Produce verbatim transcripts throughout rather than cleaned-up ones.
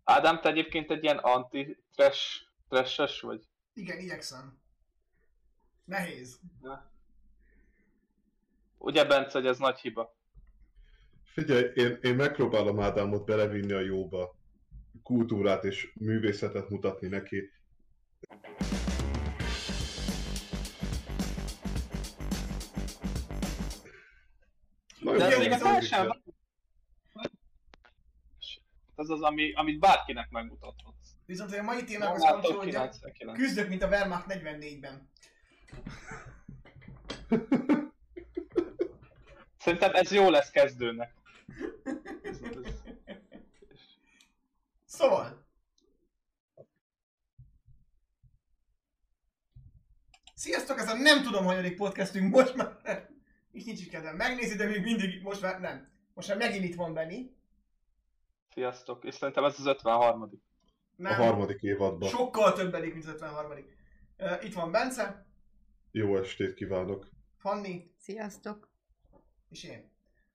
Ádám, te egyébként egy ilyen anti-trash, trash-es vagy? Igen, igyekszem. Nehéz. Ja. Ugye, Bence, hogy ez nagy hiba? Figyelj, én, én megpróbálom Ádámot belevinni a jóba, kultúrát és művészetet mutatni neki. De ez még a teljesen... Ez az, ami, amit bárkinek megmutathatsz. Viszont a mai témához kapcsolódja, küzdök, mint a Wehrmacht negyvennégyben. Szerintem ez jó lesz kezdőnek. Szóval. Sziasztok, ez a nem tudom, hanyadik podcastünk most már. És nincs is kedvem megnézni, de még mindig most már nem. Most már megint itt van Benni. Sziasztok, és szerintem ez az ötvenharmadik Nem. A harmadik évadban. Sokkal többedik, mint az ötvenharmadik Uh, itt van Bence. Jó estét kívánok. Fanni. Sziasztok. És én.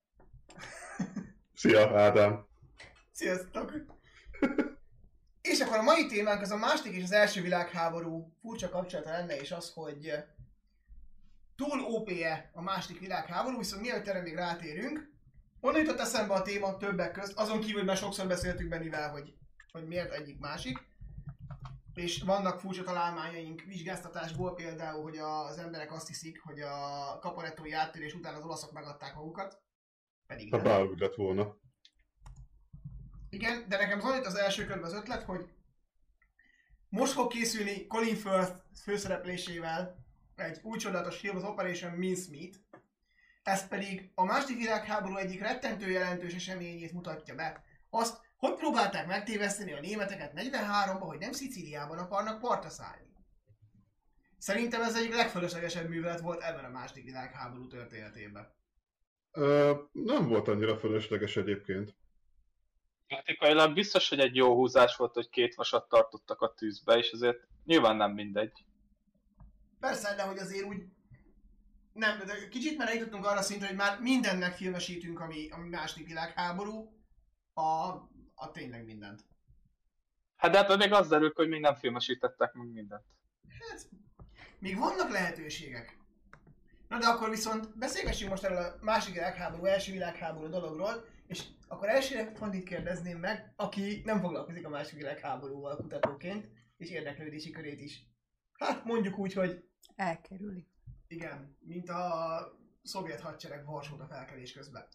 Szia, Ádám. Sziasztok. És akkor a mai témánk az a második és az első világháború furcsa kapcsolata lenne, és az, hogy túl ó pé-e a második világháború, viszont mielőtt erre még rátérünk, onnan jutott eszembe a téma többek közt, azon kívül, hogy már sokszor beszéltük Bennivel, hogy, hogy miért egyik másik. És vannak furcsa találmányaink vizsgáztatásból, például, hogy az emberek azt hiszik, hogy a kaparettói áttörés után az olaszok megadták magukat. Pedig Ha nem. bárhogy lett volna. Igen, de nekem az az első körben az ötlet, hogy most fog készülni Colin Firth főszereplésével egy új csodálatos film, az Operation Mincemeat. Ez pedig a második világháború egyik rettentő jelentős eseményét mutatja be. Azt, hogy próbálták megtéveszteni a németeket negyvenháromban, hogy nem Szicíliában akarnak partra szállni. Szerintem ez egyik legfölöslegesebb művelet volt ebben a második világháború történetében. Ö, nem volt annyira fölösleges egyébként. Taktikailag biztos, hogy egy jó húzás volt, hogy két vasat tartottak a tűzbe, és azért nyilván nem mindegy. Persze, de hogy azért úgy... Nem, de kicsit már eljutottunk arra szintre, hogy már mindent megfilmesítünk, ami, ami második világháború. A, a tényleg mindent. Hát de ebből még az derül, hogy még nem filmesítettek meg mindent. Hát, még vannak lehetőségek. Na de akkor viszont beszélgessünk most erről a második világháború, első világháború dologról, és akkor elsőre Fannit kérdezném meg, aki nem foglalkozik a második világháborúval kutatóként, és érdeklődési körét is. Hát mondjuk úgy, hogy Elkerüli. igen, mint a szovjet hadsereg Varsót a felkelés közben.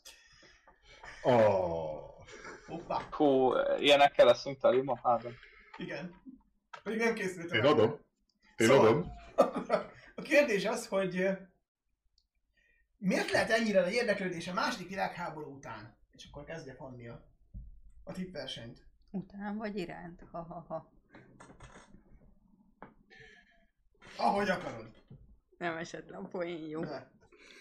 Oh. Hoppá, Hú, ilyenekkel leszünk teli ma, Ádám. igen. Pedig nem készültem. Én adom. Én Szóval, adom. a kérdés az, hogy miért lehet ennyire nagy érdeklődés a második világháború után? És akkor kezdje Fanni a, a tippversenyt. Után vagy iránt? Ha-ha-ha. Ahogy akarod. Nem esetlen poén, jó. De.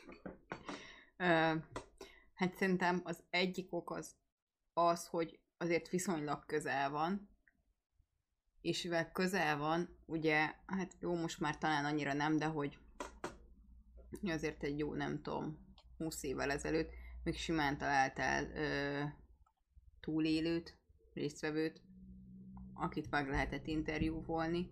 Ö, hát szerintem az egyik ok az az, hogy azért viszonylag közel van, és mivel közel van, ugye, hát jó, most már talán annyira nem, de hogy azért egy jó, nem tudom, húsz évvel ezelőtt még simán találtál ö, túlélőt, résztvevőt, akit meg lehetett interjúvolni.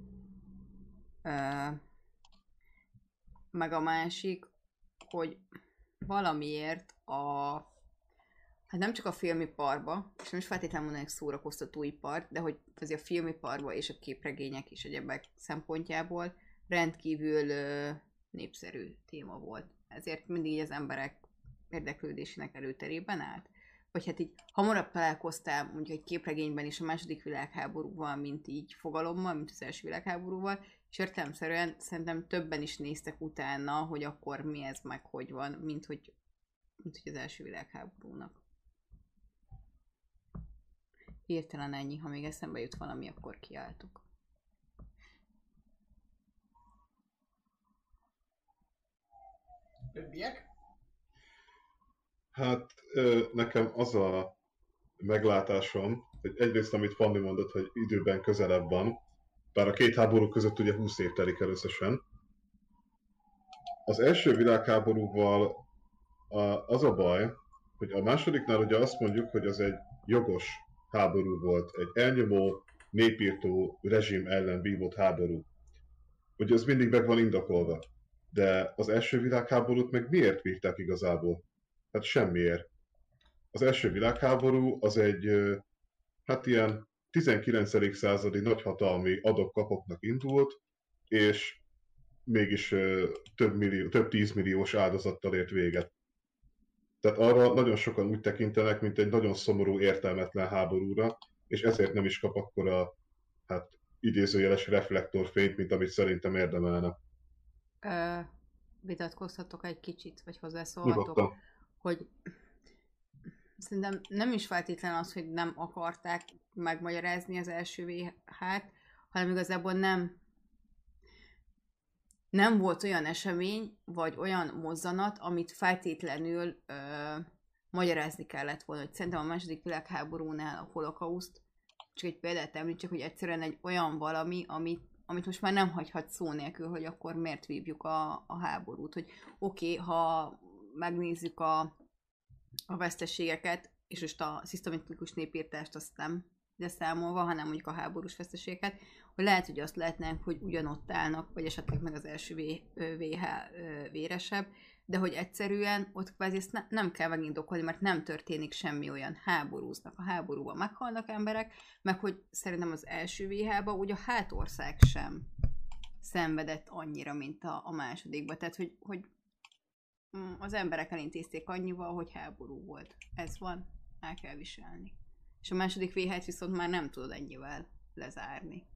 Ö, meg a másik, hogy valamiért a, hát nem csak a filmiparba, és nem is feltétlenül mondanék szórakoztatóipar, de hogy azért a filmiparba és a képregények és egyebek szempontjából rendkívül ö, népszerű téma volt. Ezért mindig így az emberek érdeklődésének előterében állt. Vagy hát így hamarabb találkoztál mondjuk egy képregényben is a második világháborúval, mint így fogalommal, mint az első világháborúval, és értelemszerűen szerintem többen is néztek utána, hogy akkor mi ez, meg hogy van, mint hogy, mint hogy az első világháborúnak. Hirtelen ennyi, ha még eszembe jut valami, akkor kiáltok. Többiek? Hát ö, nekem az a meglátásom, hogy egyrészt amit Fanni mondott, hogy időben közelebb van, bár a két háború között ugye húsz év telik el összesen. Az első világháborúval a, az a baj, hogy a másodiknál ugye azt mondjuk, hogy az egy jogos háború volt, egy elnyomó, népírtó rezsim ellen vívott háború. Ugye az mindig meg van indokolva. De az első világháborút meg miért vívták igazából? Hát semmiért. Az első világháború az egy, hát ilyen tizenkilencedik századi nagyhatalmi adok-kapoknak indult, és mégis több, millió, több tízmilliós áldozattal ért véget. Tehát arra nagyon sokan úgy tekintenek, mint egy nagyon szomorú, értelmetlen háborúra, és ezért nem is kap akkora, hát idézőjeles reflektorfényt, mint amit szerintem érdemelne. Ö, vitatkozhatok egy kicsit, vagy hozzászólhatok, Nyugodtan. hogy szerintem nem is feltétlen az, hogy nem akarták megmagyarázni az első vé há-t, hanem igazából nem nem volt olyan esemény, vagy olyan mozzanat, amit feltétlenül ö, magyarázni kellett volna. Hogy szerintem a második világháborúnál a holokauszt, csak egy példát említsek, hogy egyszerűen egy olyan valami, amit, amit most már nem hagyhat szó nélkül, hogy akkor miért vívjuk a, a háborút. Hogy oké, okay, ha megnézzük a, a veszteségeket, és most a szisztematikus népírtást azt nem de számolva, hanem mondjuk a háborús veszteségeket, hogy lehet, hogy azt lehetnénk, hogy ugyanott állnak, vagy esetleg meg az első vé há véresebb, de hogy egyszerűen ott kvázi ezt ne, nem kell megindokolni, mert nem történik semmi olyan, háborúznak. A háborúban meghalnak emberek, meg hogy szerintem az első vé há-ban ugye a hátország sem szenvedett annyira, mint a, a másodikban. Tehát, hogy, hogy az emberek elintézték annyival, hogy háború volt. Ez van, el kell viselni. És a második vé há-t viszont már nem tudod ennyivel lezárni.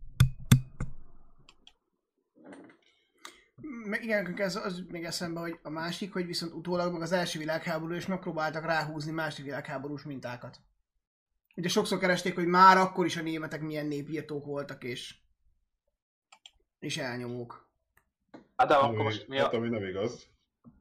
Meg igen, ez az még eszembe, hogy a másik, hogy viszont utólag meg az első világháború is megpróbáltak ráhúzni második világháborús mintákat. Ugye sokszor keresték, hogy már akkor is a németek milyen népírtók voltak és, és elnyomók. Hát de Ami, akkor most mi a... hát ami nem igaz.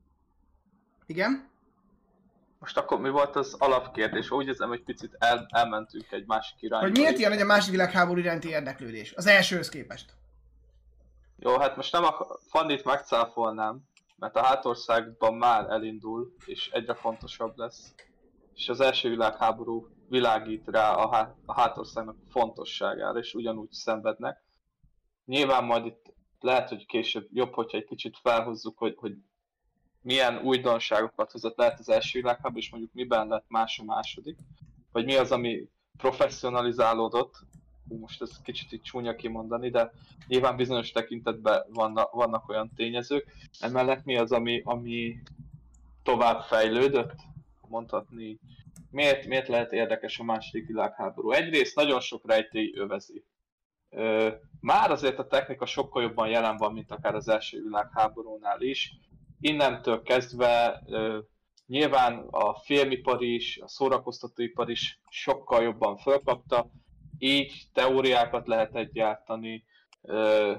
Igen? Most akkor mi volt az alapkérdés? Úgy érzem, hogy picit el, elmentünk egy másik irányba. Hogy miért ilyen nagy a második világháború iránti érdeklődés? Az elsőhöz képest. Jó, hát most nem a Fannit megcáfolnám, mert a hátországban már elindul, és egyre fontosabb lesz. És az első világháború világít rá a, há a hátországnak fontosságára, és ugyanúgy szenvednek. Nyilván majd itt lehet, hogy később jobb, hogyha egy kicsit felhozzuk, hogy, hogy milyen újdonságokat hozott lehet az első világháború, és mondjuk miben lett más a második, vagy mi az, ami professzionalizálódott. Most ez kicsit így csúnya kimondani, de nyilván bizonyos tekintetben vannak, vannak olyan tényezők. Emellett mi az, ami, ami tovább fejlődött, mondhatni. Miért, miért lehet érdekes a második világháború? Egyrészt nagyon sok rejtély övezi. Ö, már azért a technika sokkal jobban jelen van, mint akár az első világháborúnál is. Innentől kezdve ö, nyilván a filmipar is, a szórakoztatóipar is sokkal jobban fölkapta, így teóriákat lehetett gyártani, ö,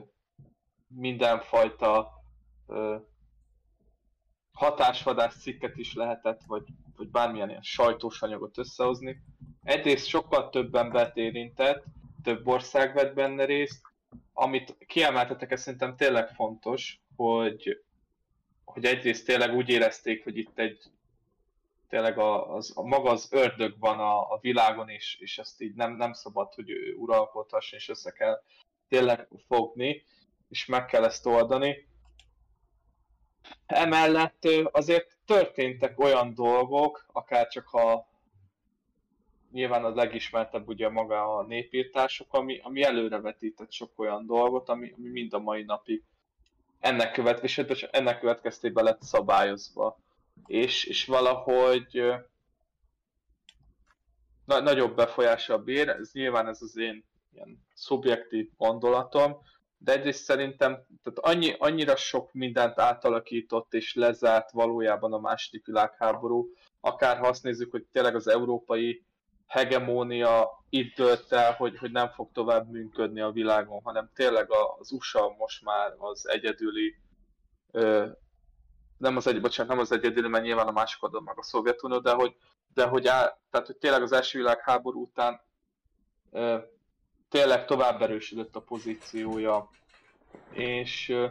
mindenfajta ö, hatásvadász cikket is lehetett, vagy, vagy bármilyen ilyen sajtós anyagot összehozni. Egyrészt sokkal több embert érintett, több ország vett benne részt, amit kiemeltetek, ez szerintem tényleg fontos, hogy, hogy egyrészt tényleg úgy érezték, hogy itt egy tényleg a, az, a maga az ördög van a, a világon, és, és ezt így nem, nem szabad, hogy ő uralkodhasson, és össze kell tényleg fogni, és meg kell ezt oldani. Emellett azért történtek olyan dolgok, akár csak ha nyilván a legismertebb ugye maga a népírtások, ami, ami előrevetített sok olyan dolgot, ami, ami mind a mai napig ennek következtében, ennek következtében lett szabályozva. És, és valahogy na, nagyobb befolyással bír, ez nyilván ez az én ilyen szubjektív gondolatom, de egyrészt szerintem tehát annyi, annyira sok mindent átalakított és lezárt valójában a második világháború, akár ha azt nézzük, hogy tényleg az európai hegemónia itt dőlt el, hogy, hogy nem fog tovább működni a világon, hanem tényleg az u es á most már az egyedüli, ö, nem az egy, bocsánat, nem az egyedüli, mert nyilván a másik oldalon meg a Szovjetunió, de hogy, de hogy, á, tehát, hogy tényleg az első világháború után ö, tényleg tovább erősödött a pozíciója, és ö,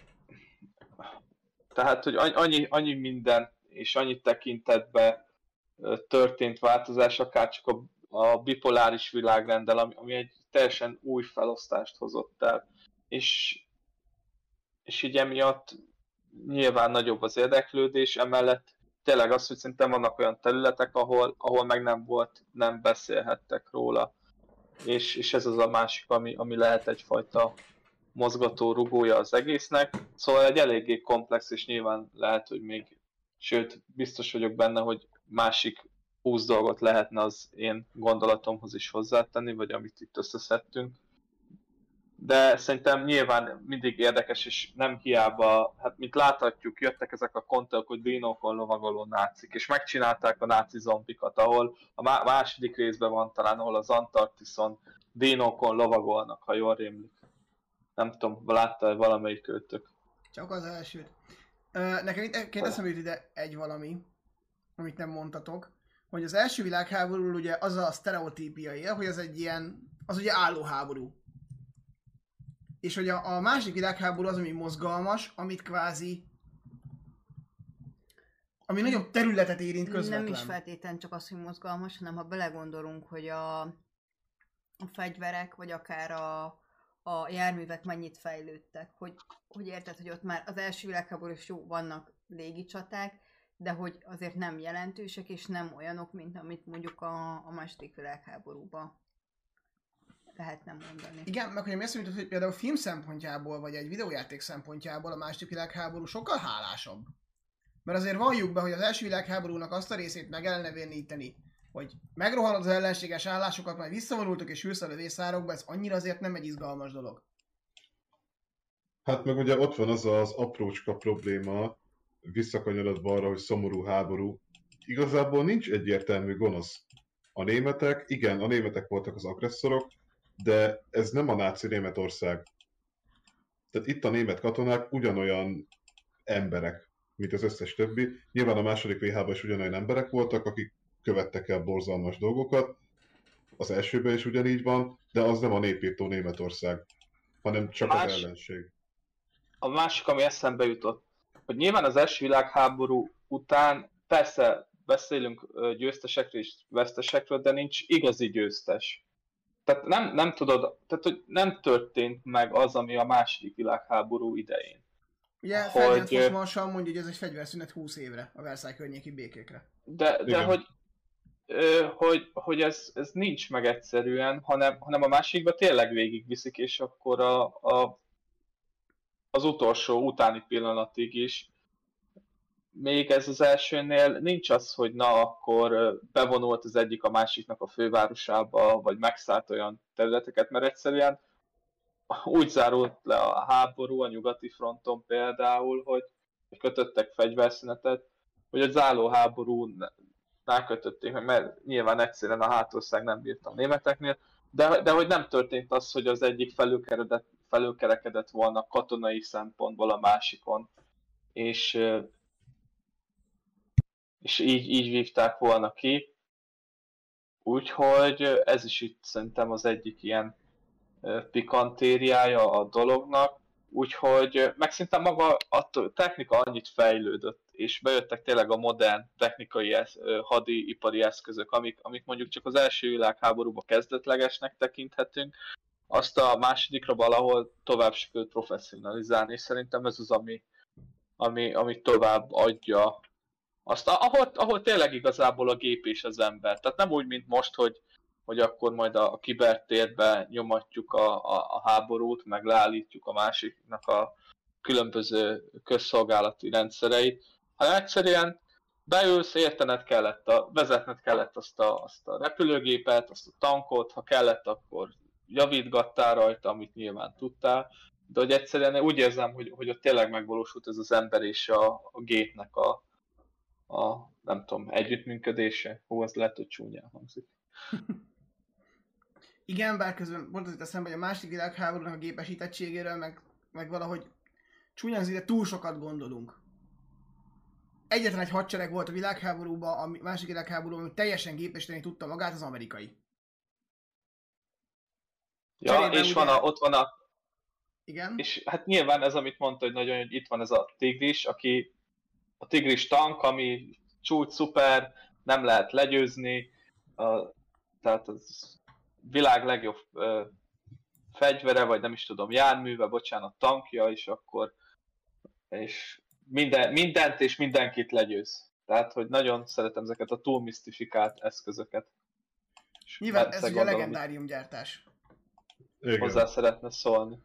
tehát, hogy annyi, annyi minden és annyi tekintetben történt változás, akár csak a, a bipoláris világrenddel, ami, ami egy teljesen új felosztást hozott el. És, és így emiatt nyilván nagyobb az érdeklődés, emellett tényleg az, hogy szerintem vannak olyan területek, ahol, ahol meg nem volt, nem beszélhettek róla. És, és ez az a másik, ami, ami lehet egyfajta mozgató rugója az egésznek. Szóval egy eléggé komplex, és nyilván lehet, hogy még, sőt, biztos vagyok benne, hogy másik húsz dolgot lehetne az én gondolatomhoz is hozzátenni, vagy amit itt összeszedtünk. De szerintem nyilván mindig érdekes, és nem hiába, hát mint láthatjuk, jöttek ezek a kontok, hogy dinókon lovagoló nácik, és megcsinálták a náci zombikat, ahol a második részben van talán, ahol az Antarktiszon dinókon lovagolnak, ha jól rémlik. Nem tudom, látta-e valamelyik költök? Csak az elsőt. Ö, nekem itt két eszembe jut ide egy valami, amit nem mondtatok, hogy az első világháború ugye az a sztereotípia él, hogy az egy ilyen, az ugye álló háború. És hogy a, a másik világháború az, ami mozgalmas, amit kvázi, ami nagyobb területet érint közvetlen. Nem is feltétlenül csak az, hogy mozgalmas, hanem ha belegondolunk, hogy a, a fegyverek, vagy akár a, a járművek mennyit fejlődtek, hogy, hogy érted, hogy ott már az első világháború is jó, vannak légicsaták, de hogy azért nem jelentősek, és nem olyanok, mint amit mondjuk a, a második világháborúban lehetne mondani. Igen, meg hogy mi azt mondjuk, hogy például film szempontjából, vagy egy videójáték szempontjából a második világháború sokkal hálásabb. Mert azért valljuk be, hogy az első világháborúnak azt a részét meg ellenévérníteni, hogy megrohanod az ellenséges állásokat, majd visszavonultok és ülsz a lövészárokba, ez annyira azért nem egy izgalmas dolog. Hát meg ugye ott van az az aprócska probléma, visszakanyarodva arra, hogy szomorú háború. Igazából nincs egyértelmű gonosz. A németek, igen, a németek voltak az agresszorok, de ez nem a náci Németország. Tehát itt a német katonák ugyanolyan emberek, mint az összes többi. Nyilván a második világháborúban is ugyanolyan emberek voltak, akik követtek el borzalmas dolgokat. Az elsőben is ugyanígy van, de az nem a népírtó Németország, hanem csak Más... az ellenség. A másik, ami eszembe jutott, hogy nyilván az első világháború után persze beszélünk győztesekről és vesztesekről, de nincs igazi győztes. Tehát nem, nem tudod, tehát hogy nem történt meg az, ami a második világháború idején. Ugye Ferdinand von Marshall mondja, hogy ez egy fegyverszünet húsz évre a Versailles környéki békékre. De, de hogy, hogy, hogy ez, ez nincs meg egyszerűen, hanem, hanem a másikba tényleg végigviszik, és akkor a, a, az utolsó utáni pillanatig is. Még ez az elsőnél nincs az, hogy na akkor bevonult az egyik a másiknak a fővárosába, vagy megszállt olyan területeket, mert egyszerűen úgy zárult le a háború a nyugati fronton például, hogy kötöttek fegyverszünetet, hogy a záróháborúnál kötötték meg, mert nyilván egyszerűen a hátország nem bírt a németeknél, de, de hogy nem történt az, hogy az egyik felülkerekedett, felülkerekedett volna katonai szempontból a másikon, és és így, így vívták volna ki. Úgyhogy ez is itt szerintem az egyik ilyen pikantériája a dolognak. Úgyhogy meg szinte maga a technika annyit fejlődött, és bejöttek tényleg a modern technikai esz, hadipari eszközök, amik, amik mondjuk csak az első világháborúban kezdetlegesnek tekinthetünk, azt a másodikra valahol tovább sikerült professzionalizálni, és szerintem ez az, ami, ami, ami tovább adja azt, ahol, ahol tényleg igazából a gép és az ember. Tehát nem úgy, mint most, hogy, hogy akkor majd a, a kibertérbe nyomatjuk a, a, a háborút, meg leállítjuk a másiknak a különböző közszolgálati rendszereit, hanem egyszerűen beülsz, értened kellett, a, vezetned kellett azt a, azt a repülőgépet, azt a tankot, ha kellett, akkor javítgattál rajta, amit nyilván tudtál, de hogy egyszerűen úgy érzem, hogy, hogy ott tényleg megvalósult ez az ember és a, a gépnek a a, nem tudom, együttműködése. Hú, az lehet, hogy csúnyán hangzik. Igen, bár közben pont az itt eszembe, hogy a második világháborúnak a gépesítettségéről, meg, meg valahogy csúnyán hangzik, de túl sokat gondolunk. Egyetlen egy hadsereg volt a világháborúban, a második világháborúban, ami teljesen gépesíteni tudta magát, az amerikai. Ja, Cserébe és ugye... van a, ott van a... Igen? És hát nyilván ez, amit mondta, hogy nagyon, hogy itt van ez a Tigris, aki a Tigris tank, ami csúcs, szuper, nem lehet legyőzni, a, tehát az világ legjobb ö, fegyvere, vagy nem is tudom, járműve, bocsánat, tankja, és akkor és minden, mindent és mindenkit legyőz. Tehát, hogy nagyon szeretem ezeket a túl misztifikált eszközöket. És Nyilván ez ugye a gondolom, legendárium gyártás. Igen. hozzá szeretne szólni.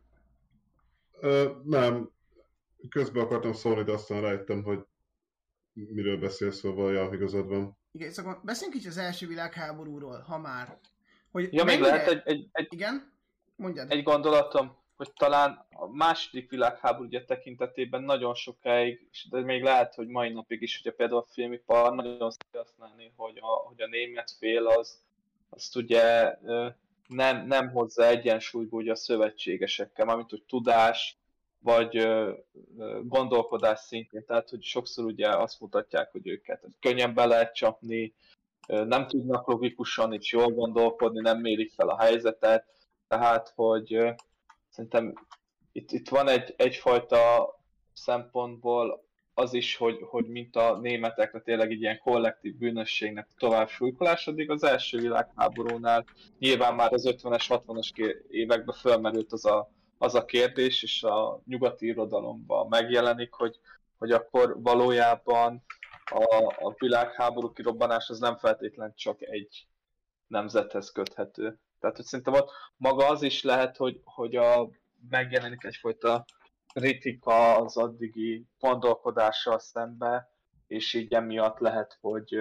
Ö, nem, közben akartam szólni, de aztán rájöttem, hogy miről beszélsz, szóval ja, igazad van. Igen, szóval beszéljünk kicsit az első világháborúról, ha már. Hogy Ja, még mennyire- lehet egy, egy, egy, Igen? Mondjad. egy gondolatom, hogy talán a második világháború ugye tekintetében nagyon sokáig, és de még lehet, hogy mai napig is, ugye például a filmipar nagyon szokta használni, hogy a, hogy a német fél az, azt ugye ö, nem, nem hozza egyensúlyba ugye a szövetségesekkel, mármint hogy tudás, vagy ö, ö, gondolkodás szintjén, tehát hogy sokszor ugye azt mutatják, hogy őket könnyen be lehet csapni, ö, nem tudnak logikusan és jól gondolkodni, nem mérik fel a helyzetet, tehát hogy ö, szerintem itt, itt van egy, egyfajta szempontból az is, hogy, hogy mint a németekre tényleg egy ilyen kollektív bűnösségnek tovább súlykolásodik. Az első világháborúnál nyilván már az ötvenes, hatvanas években fölmerült az a, az a kérdés, és a nyugati irodalomban megjelenik, hogy, hogy akkor valójában a, a világháború kirobbanás az nem feltétlenül csak egy nemzethez köthető. Tehát, hogy szerintem ott maga az is lehet, hogy, hogy a, megjelenik egyfajta kritika az addigi gondolkodással szembe, és így emiatt lehet, hogy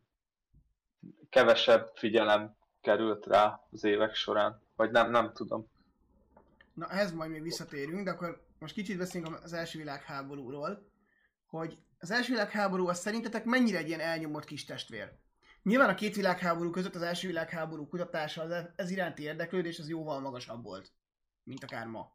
kevesebb figyelem került rá az évek során. Vagy nem, nem tudom. Na, ehhez majd még visszatérünk, de akkor most kicsit beszélünk az első világháborúról, hogy az első világháború az szerintetek mennyire egy ilyen elnyomott kis testvér? Nyilván a két világháború között az első világháború kutatása, az ez iránti érdeklődés az jóval magasabb volt, mint akár ma.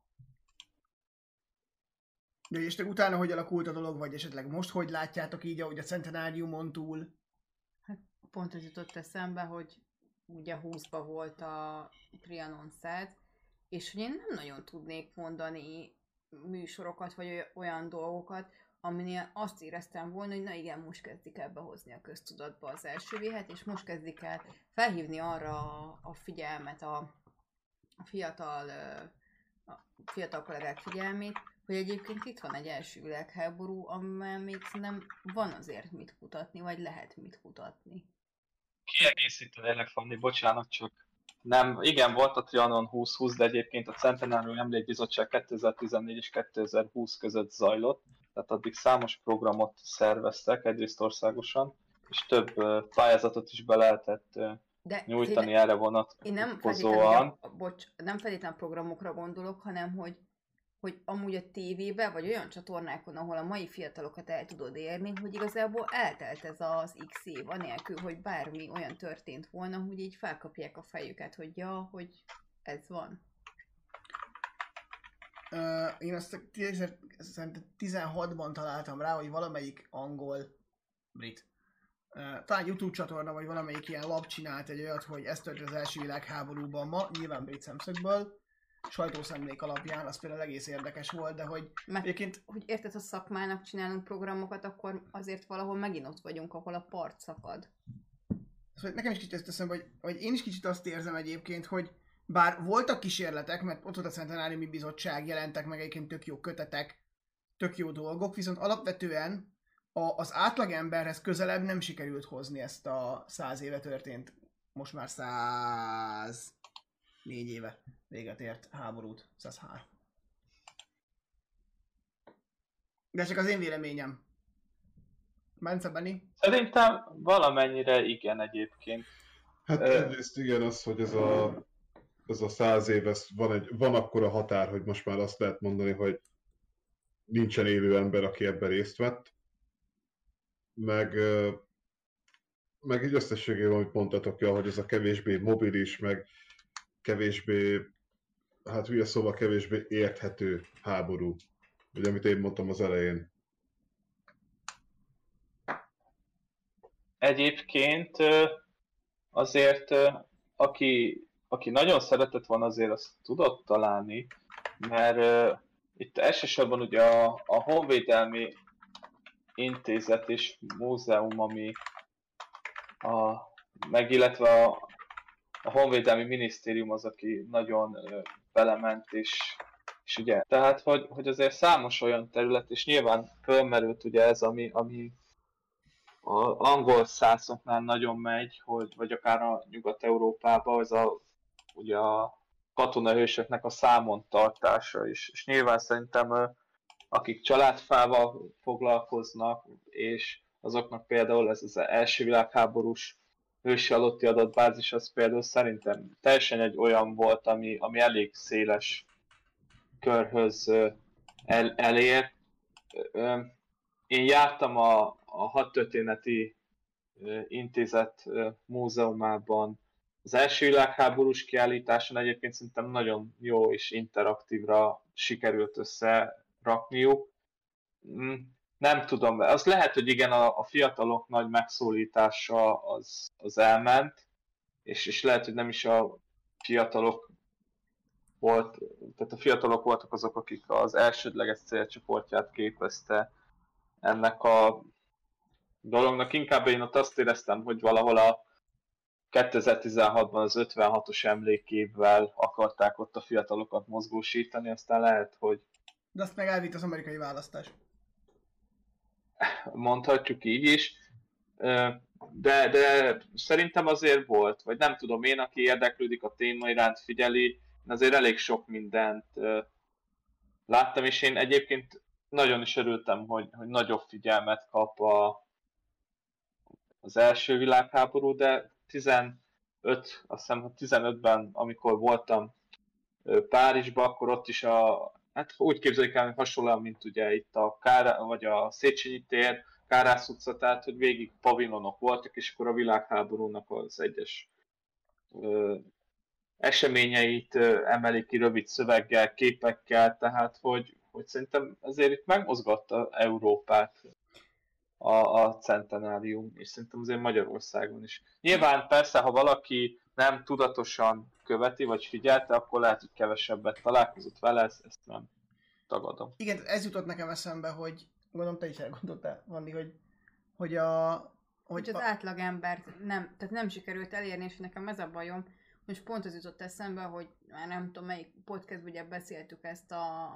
De és te utána hogy alakult a dolog, vagy esetleg most hogy látjátok így, ahogy a centenáriumon túl? Hát pont ez jutott eszembe, hogy ugye húszban volt a Trianon Szed, és hogy én nem nagyon tudnék mondani műsorokat, vagy olyan dolgokat, aminél azt éreztem volna, hogy na igen, most kezdik el behozni a köztudatba az első véhet, és most kezdik el felhívni arra a figyelmet, a, a fiatal a fiatal kollégák figyelmét, hogy egyébként itt van egy első világháború, amivel még szerintem van azért mit kutatni, vagy lehet mit kutatni. Kiegészítőleg, Fanni, bocsánat, csak nem, igen, volt a Trianon húsz húsz, de egyébként a Centenárium Emlékbizottság kétezer-tizennégy és kétezer-húsz között zajlott, tehát addig számos programot szerveztek, egyrészt országosan, és több pályázatot is be lehetett de nyújtani féle, erre vonatkozóan. Bocs, nem feltétlenül programokra gondolok, hanem hogy, hogy amúgy a tévében, vagy olyan csatornákon, ahol a mai fiatalokat el tudod érni, hogy igazából eltelt ez az X év, anélkül, hogy bármi olyan történt volna, hogy így felkapják a fejüket, hogy ja, hogy ez van. Uh, én azt kétezer-tizenhatban találtam rá, hogy valamelyik angol, brit, uh, talán YouTube csatorna, vagy valamelyik ilyen lap csinált egy olyat, hogy ez történt az első világháborúban ma, nyilván brit szemszögből, sajtószemlék alapján, az például egész érdekes volt, de hogy Meg, egyébként... hogy érted, ha szakmának csinálunk programokat, akkor azért valahol megint ott vagyunk, ahol a part szakad. Szóval nekem is kicsit ezt teszem, hogy, hogy én is kicsit azt érzem egyébként, hogy bár voltak kísérletek, mert ott volt a Centenáriumi Bizottság, jelentek meg egyébként tök jó kötetek, tök jó dolgok, viszont alapvetően a, az átlagemberhez közelebb nem sikerült hozni ezt a száz éve történt, most már száz négy éve véget ért háborút, száz három. De csak az én véleményem. Bence, Benni? Szerintem valamennyire igen egyébként. Hát egyrészt igen az, hogy ez a ez a száz év, ez van, egy, van akkora határ, hogy most már azt lehet mondani, hogy nincsen élő ember, aki ebben részt vett. Meg, meg így összességében, amit mondtatok, ja, hogy ez a kevésbé mobilis, meg kevésbé, hát hülye szóval kevésbé érthető háború. Ugye, amit én mondtam az elején. Egyébként azért, aki aki nagyon szeretett volna, azért azt tudott találni, mert uh, itt elsősorban ugye a, a Honvédelmi Intézet és Múzeum, ami a, meg illetve a, a Honvédelmi Minisztérium az, aki nagyon ö, belement, és, és ugye, tehát, hogy, hogy azért számos olyan terület, és nyilván fölmerült ugye ez, ami, ami az angol szászoknál nagyon megy, hogy, vagy akár a Nyugat-Európában, az a, ugye a katonahősöknek a számon tartása is. És nyilván szerintem akik családfával foglalkoznak, és azoknak például ez az első világháborús hősi alatti adatbázis, az például szerintem teljesen egy olyan volt, ami, ami elég széles körhöz el, elér. Én jártam a, a Hadtörténeti Intézet múzeumában, az első világháborús kiállításon egyébként szerintem nagyon jó és interaktívra sikerült összerakniuk. Nem tudom, az lehet, hogy igen, a, a fiatalok nagy megszólítása az, az elment, és, és lehet, hogy nem is a fiatalok volt, tehát a fiatalok voltak azok, akik az elsődleges célcsoportját képezte ennek a dolognak. Inkább én ott azt éreztem, hogy valahol a kétezer-tizenhatban az ötvenhatos emlékévvel akarták ott a fiatalokat mozgósítani, aztán lehet, hogy... De azt meg elvitt az amerikai választás. Mondhatjuk így is, de, de szerintem azért volt, vagy nem tudom, én, aki érdeklődik a téma iránt, figyeli, én azért elég sok mindent láttam, és én egyébként nagyon is örültem, hogy, hogy nagyobb figyelmet kap a, az első világháború, de tizenöt, azt hiszem tizenötben, amikor voltam Párizsban, akkor ott is a, hát úgy képzeljük el, hogy hasonlóan, mint ugye itt a Kárá, vagy a Széchenyi tér, Kárász utca, tehát hogy végig pavilonok voltak, és akkor a világháborúnak az egyes ö, eseményeit ö, emelik ki rövid szöveggel, képekkel, tehát hogy, hogy szerintem ezért itt megmozgatta Európát a, a centenárium, és szerintem azért Magyarországon is. Nyilván persze, ha valaki nem tudatosan követi, vagy figyelte, akkor lehet, hogy kevesebbet találkozott vele, ezt, ezt nem tagadom. Igen, ez jutott nekem eszembe, hogy gondolom te is elgondoltál, Vandi, hogy, hogy a... Hogy az a... átlagembert nem, tehát nem sikerült elérni, és nekem ez a bajom, most pont az jutott eszembe, hogy már nem tudom melyik podcastban ugye beszéltük ezt a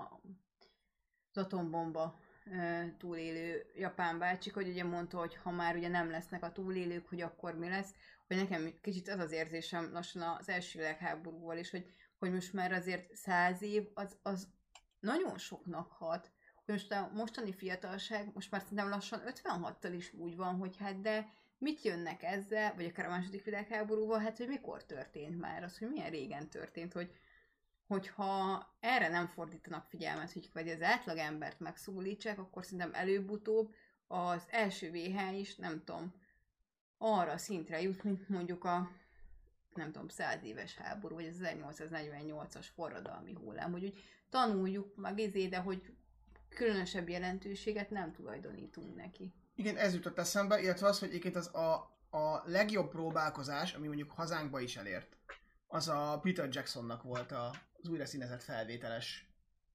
az atombomba túlélő japán bácsik, hogy ugye mondta, hogy ha már ugye nem lesznek a túlélők, hogy akkor mi lesz, hogy nekem kicsit az az érzésem lassan az első világháborúval is, hogy, hogy most már azért száz év az, az nagyon soknak hat, hogy most a mostani fiatalság most már szerintem lassan ötvenhattal is úgy van, hogy hát de mit jönnek ezzel, vagy akár a második világháborúval, hát hogy mikor történt már az, hogy milyen régen történt, hogy hogyha erre nem fordítanak figyelmet, hogy vagy az átlagembert megszólítsák, akkor szerintem előbb-utóbb az első vé há is, nem tudom, arra a szintre jut, mint mondjuk a, nem tudom, száz éves háború, vagy az ezernyolcszáznegyvennyolcas forradalmi hullám, hogy úgy tanuljuk meg izé, de hogy különösebb jelentőséget nem tulajdonítunk neki. Igen, ez jutott eszembe, illetve az, hogy egyébként az a, a legjobb próbálkozás, ami mondjuk hazánkba is elért, az a Peter Jacksonnak volt a, az újra színezett felvételes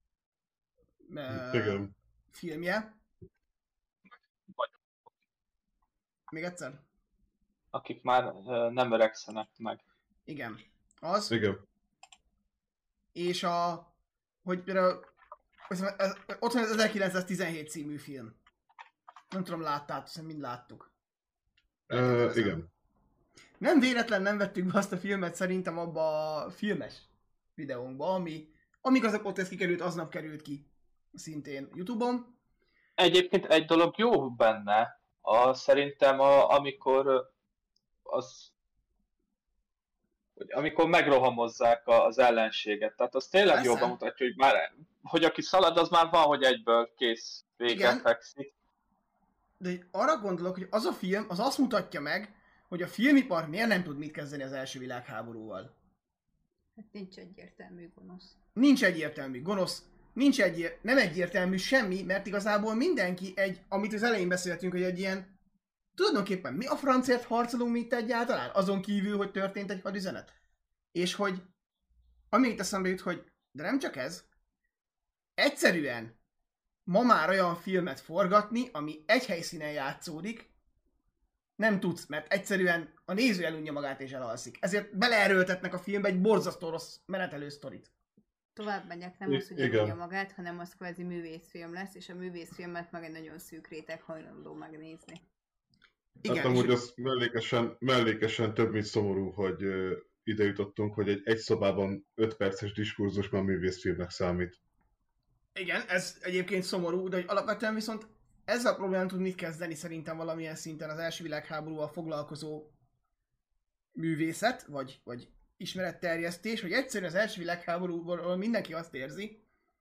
uh, filmje. Még egyszer? Akik már uh, nem öregszenek meg. Igen. Az. Igen. És a... hogy például... ott van az ezerkilencszáztizenhét című film. Nem tudom, láttátok, hiszen mind láttuk. Uh, igen. Nem véletlen nem vettük be azt a filmet szerintem abba a filmes videónkba, ami amíg az a podcast kikerült, aznap került ki szintén YouTube-on. Egyébként egy dolog jó benne, a, szerintem a, amikor az amikor megrohamozzák az ellenséget, tehát az tényleg Persze. jobban mutatja, hogy már hogy aki szalad, az már van, hogy egyből kész, vége fekszik. De arra gondolok, hogy az a film, az azt mutatja meg, hogy a filmipar miért nem tud mit kezdeni az első világháborúval. Hát nincs egyértelmű gonosz. Nincs egyértelmű gonosz, nincs egy, nem egyértelmű semmi, mert igazából mindenki egy, amit az elején beszéltünk, hogy egy ilyen, tulajdonképpen mi a francért harcolunk mi itt egyáltalán? Azon kívül, hogy történt egy hadüzenet. És hogy, amíg eszembe jut, hogy, de nem csak ez, egyszerűen ma már olyan filmet forgatni, ami egy helyszínen játszódik, Nem tudsz, mert egyszerűen a néző elunja magát és elalszik. Ezért beleerőltetnek a filmbe egy borzasztó rossz menetelő sztorit. Tovább megyek, nem I- az, hogy igen. elmondja magát, hanem az kvázi művészfilm lesz, és a művészfilmet meg egy nagyon szűk réteg hajlandó megnézni. Igen, Hát és amúgy az mellékesen, mellékesen több, mint szomorú, hogy ö, ide jutottunk, hogy egy egy szobában öt perces diskurzus már művészfilmnek számít. igen, ez egyébként szomorú, de hogy alapvetően viszont ezzel a problémán tud mit kezdeni szerintem valamilyen szinten az első világháborúval foglalkozó művészet, vagy, vagy ismeretterjesztés, hogy egyszerűen az első világháborúból mindenki azt érzi,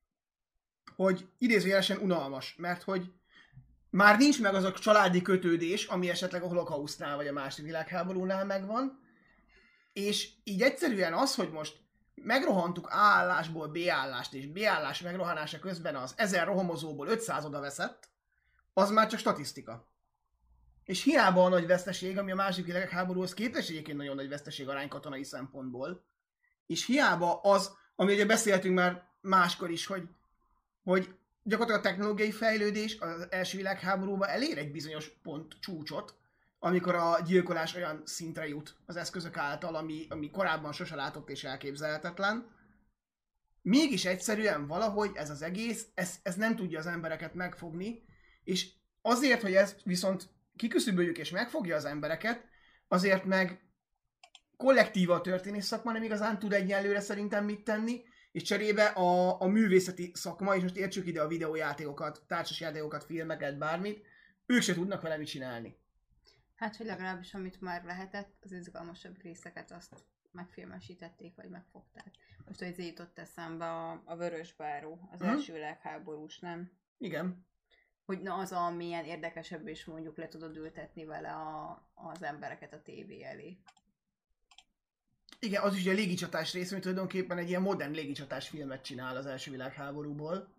hogy idézőjelesen unalmas, mert hogy már nincs meg az a családi kötődés, ami esetleg a holokausztnál vagy a második világháborúnál megvan, és így egyszerűen az, hogy most megrohantuk A állásból B állást, és B állás megrohanása közben az ezer rohamozóból ötszáz oda veszett, az már csak statisztika. És hiába a nagy veszteség, ami a második világháborúhoz képest egyébként nagyon nagy veszteség arány katonai szempontból, és hiába az, ami ugye beszéltünk már máskor is, hogy, hogy gyakorlatilag a technológiai fejlődés az első világháborúban elér egy bizonyos pont csúcsot, amikor a gyilkolás olyan szintre jut az eszközök által, ami, ami korábban sose látott és elképzelhetetlen. Mégis egyszerűen valahogy ez az egész, ez, ez nem tudja az embereket megfogni, és azért, hogy ezt viszont kiküszöböljük és megfogja az embereket, azért meg kollektíva a történész szakma nem igazán tud egyenlőre szerintem mit tenni, és cserébe a, a művészeti szakma, és most értsük ide a videójátékokat, társasjátékokat, filmeket, bármit, ők se tudnak vele mit csinálni. Hát, hogy legalábbis amit már lehetett, az izgalmasabb részeket azt megfilmesítették, vagy megfogták. Most, hogy ez jutott eszembe a, a Vörösbáró, az Mhm. első világháborús, nem? Igen. Hogy na az, amilyen érdekesebb, és mondjuk le tudod ültetni vele a, az embereket a tévé elé. Igen, az is ugye a légicsatás rész, ami tulajdonképpen egy ilyen modern légicsatás filmet csinál az első világháborúból.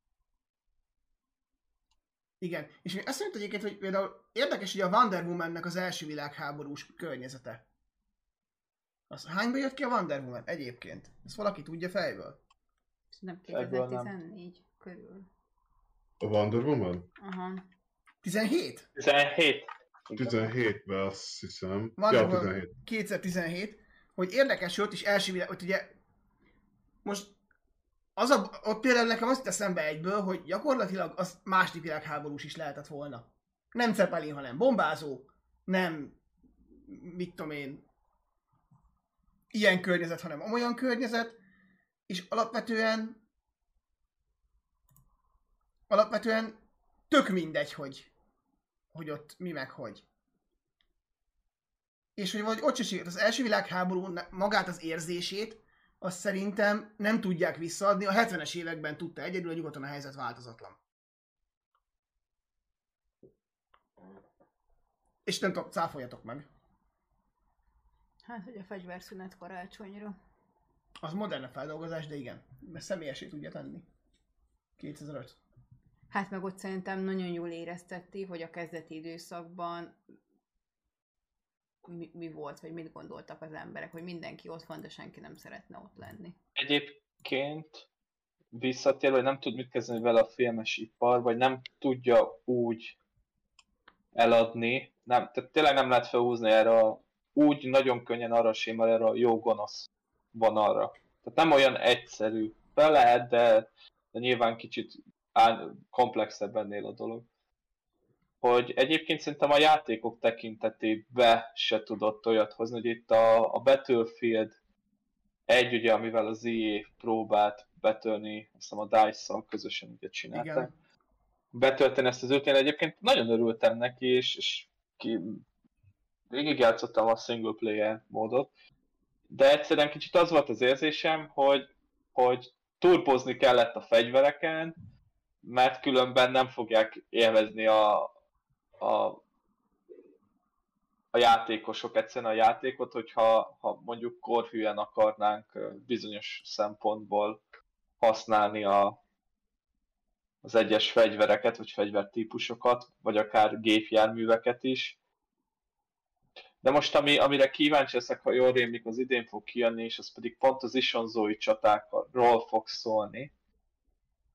Igen, és még azt mondta egyébként, hogy például érdekes, hogy a Wonder Woman-nek az első világháborús környezete. Az hányba jött ki a Wonder Woman egyébként? Ezt valaki tudja fejből? Nem Ebből nem. kétezer-tizennégy körül. A Wonder Woman? Aha. tizenhét? tizenhét. tizenhétben azt hiszem. Wonder Ja, Woman tizenhét. kétezer-tizenhét, hogy érdekes volt, és első világ, hogy ugye most az a, ott például nekem azt eszembe egyből, hogy gyakorlatilag az második világháborús is lehetett volna. Nem Zeppelin, hanem bombázó, nem, mit tudom én, ilyen környezet, hanem olyan környezet, és alapvetően alapvetően tök mindegy, hogy, hogy ott mi meg hogy. És hogy vagy ott se sikerült. Az első világháború magát az érzését, azt szerintem nem tudják visszaadni. A hetvenes években tudta egyedül, a nyugaton a helyzet változatlan. És nem tudom, cáfoljatok meg. Hát, hogy a fegyverszünet karácsonyra. Az modern a feldolgozás, de igen. Mert személyesé tudja tenni. kétezer-öt. Hát meg ott szerintem nagyon jól érezteti, hogy a kezdeti időszakban mi, mi volt, vagy mit gondoltak az emberek, hogy mindenki ott van, de senki nem szeretne ott lenni. Egyébként visszatérve, hogy nem tud mit kezdeni vele a filmes ipar, vagy nem tudja úgy eladni, nem, tehát tényleg nem lehet felhúzni erre a, úgy nagyon könnyen arra a sémára, erre a jó-gonosz van arra. Tehát nem olyan egyszerű. Fel lehet, de, de nyilván kicsit áll, komplexebb ennél a dolog. Hogy egyébként szerintem a játékok tekintetében se tudott olyat hozni, hogy itt a, a Battlefield egy, ugye, amivel az í á próbált betölni, azt hiszem a dice-szal közösen ugye csinálták. Igen. Betölteni ezt az ötén, egyébként nagyon örültem neki, és, és ki, végigjátszottam a single player módot, de egyszerűen kicsit az volt az érzésem, hogy, hogy turbozni kellett a fegyvereken, mert különben nem fogják élvezni a, a, a játékosok egyszerűen a játékot, hogyha ha mondjuk korhűen akarnánk bizonyos szempontból használni a, az egyes fegyvereket, vagy fegyvertípusokat, vagy akár gépjárműveket is. De most ami, amire kíváncsi leszek, ha jól rémlik, az idén fog kijönni, és az pedig pont az isonzói csatákról fog szólni.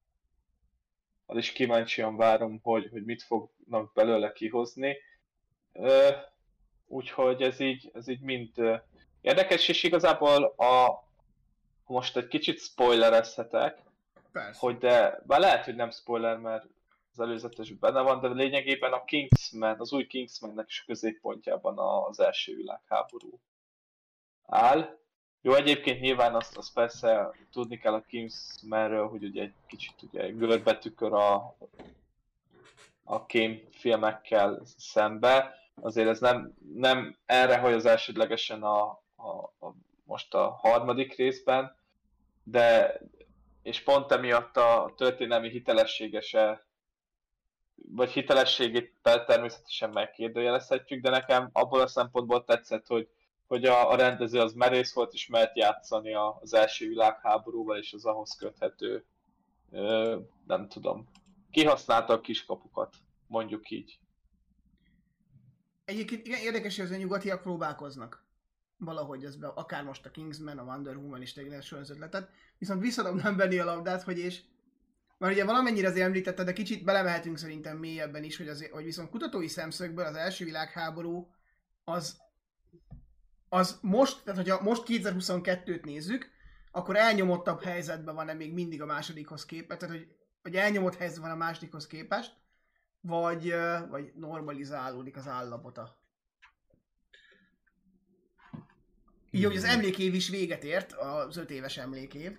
Az is kíváncsian várom, hogy, hogy mit fognak belőle kihozni. Ö, úgyhogy ez így, ez így mind ö, érdekes, és igazából a, most egy kicsit spoilerezhetek, Persze. hogy de, bár lehet, hogy nem spoiler, mert az előzetes benne van, de lényegében a Kingsman, az új Kingsmannek is a középpontjában az első világháború áll. Jó, egyébként nyilván azt, azt persze tudni kell a Kingsmanről, hogy ugye egy kicsit ugye görbetükör a, a kém filmekkel szembe. Azért ez nem, nem erre hajaz elsődlegesen a, a, a, most a harmadik részben, de és pont emiatt a történelmi hitelessége se, vagy hitelességét természetesen megkérdőjelezhetjük, de nekem abból a szempontból tetszett, hogy, hogy a, a rendező az merész volt, és mert játszani az első világháborúval, és az ahhoz köthető, ö, nem tudom, kihasználta a kiskapukat, mondjuk így. Egyébként igen, érdekes, hogy az a nyugatiak próbálkoznak valahogy ez be, akár most a Kingsman, a Wonder Woman is tényleg sorozatletet, viszont visszadom venni a labdát, hogy és mert ugye valamennyire azért említette, de kicsit belemehetünk szerintem mélyebben is, hogy, azért, hogy viszont kutatói szemszögből az első világháború az, az most, tehát hogyha most kétezer-huszonkettőt nézzük, akkor elnyomottabb helyzetben van-e még mindig a másodikhoz képest, tehát hogy, hogy elnyomott helyzetben van a másodikhoz képest, vagy, vagy normalizálódik az állapota. Így, hogy az emlékév is véget ért, az öt éves emlékév.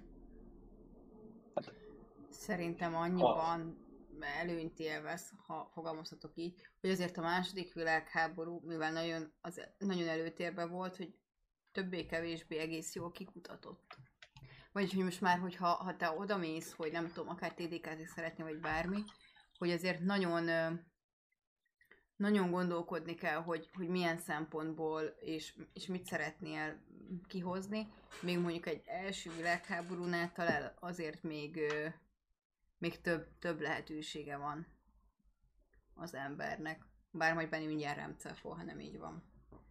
Szerintem annyiban előnyt élvez, ha fogalmazhatok így, hogy azért a második világháború, mivel nagyon, az, nagyon előtérben volt, hogy többé-kevésbé egész jól kikutatott. Vagyis, hogy most már, hogyha ha te odamész, hogy nem tudom, akár té dé ká-zni szeretni, vagy bármi, hogy azért nagyon, nagyon gondolkodni kell, hogy, hogy milyen szempontból, és, és mit szeretnél kihozni. Még mondjuk egy első világháborúnál talán azért még, még több, több lehetősége van az embernek. Bár majd Benni mindjárt rám cáfol, ha nem így van.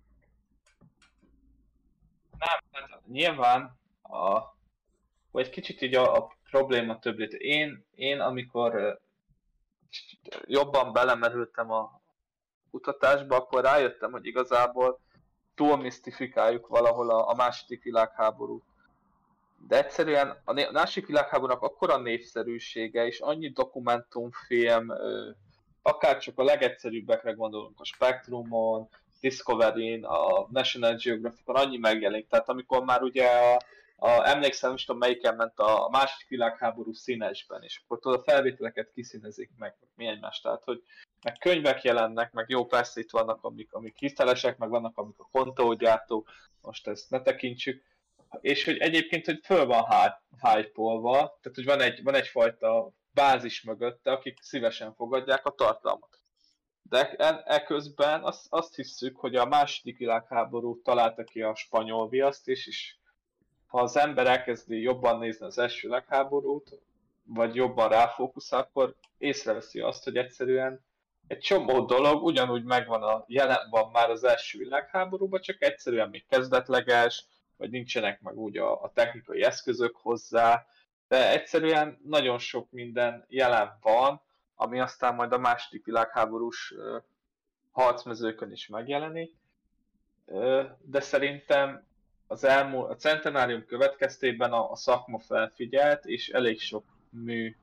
Nem, hát nyilván a, vagy kicsit így a, a probléma többlet. Én, én amikor jobban belemerültem a kutatásba, akkor rájöttem, hogy igazából túl misztifikáljuk valahol a, a második világháborút. De egyszerűen a, né- a második világháborúnak akkora népszerűsége, és annyi dokumentumfilm, akár csak a legegyszerűbbekre gondolunk, a Spectrumon, Discovery-n, a National Geographic-on annyi megjelenik. Tehát amikor már ugye a, a, emlékszem, nem tudom melyiken ment a második világháború színesben, és akkor tudod, a felvételeket kiszínezik meg, meg mi egymást, tehát hogy meg könyvek jelennek, meg jó, persze itt vannak, amik, amik hitelesek, meg vannak, amik a kontógyártó, most ezt ne tekintsük, és hogy egyébként, hogy föl van hype-olva, tehát hogy van, egy, van egyfajta bázis mögötte, akik szívesen fogadják a tartalmat. De eközben azt, azt hiszük, hogy a második világháború találta ki a spanyol viaszt, és, és ha az ember elkezdi jobban nézni az első világháborút, vagy jobban ráfókuszál, akkor észreveszi azt, hogy egyszerűen egy csomó dolog ugyanúgy megvan a jelen van már az első világháborúban, csak egyszerűen még kezdetleges, vagy nincsenek meg úgy a, a technikai eszközök hozzá, de egyszerűen nagyon sok minden jelen van, ami aztán majd a második világháborús uh, harcmezőkön is megjelenik, uh, de szerintem az elmúlt, a centenárium következtében a, a szakma felfigyelt, és elég sok mű,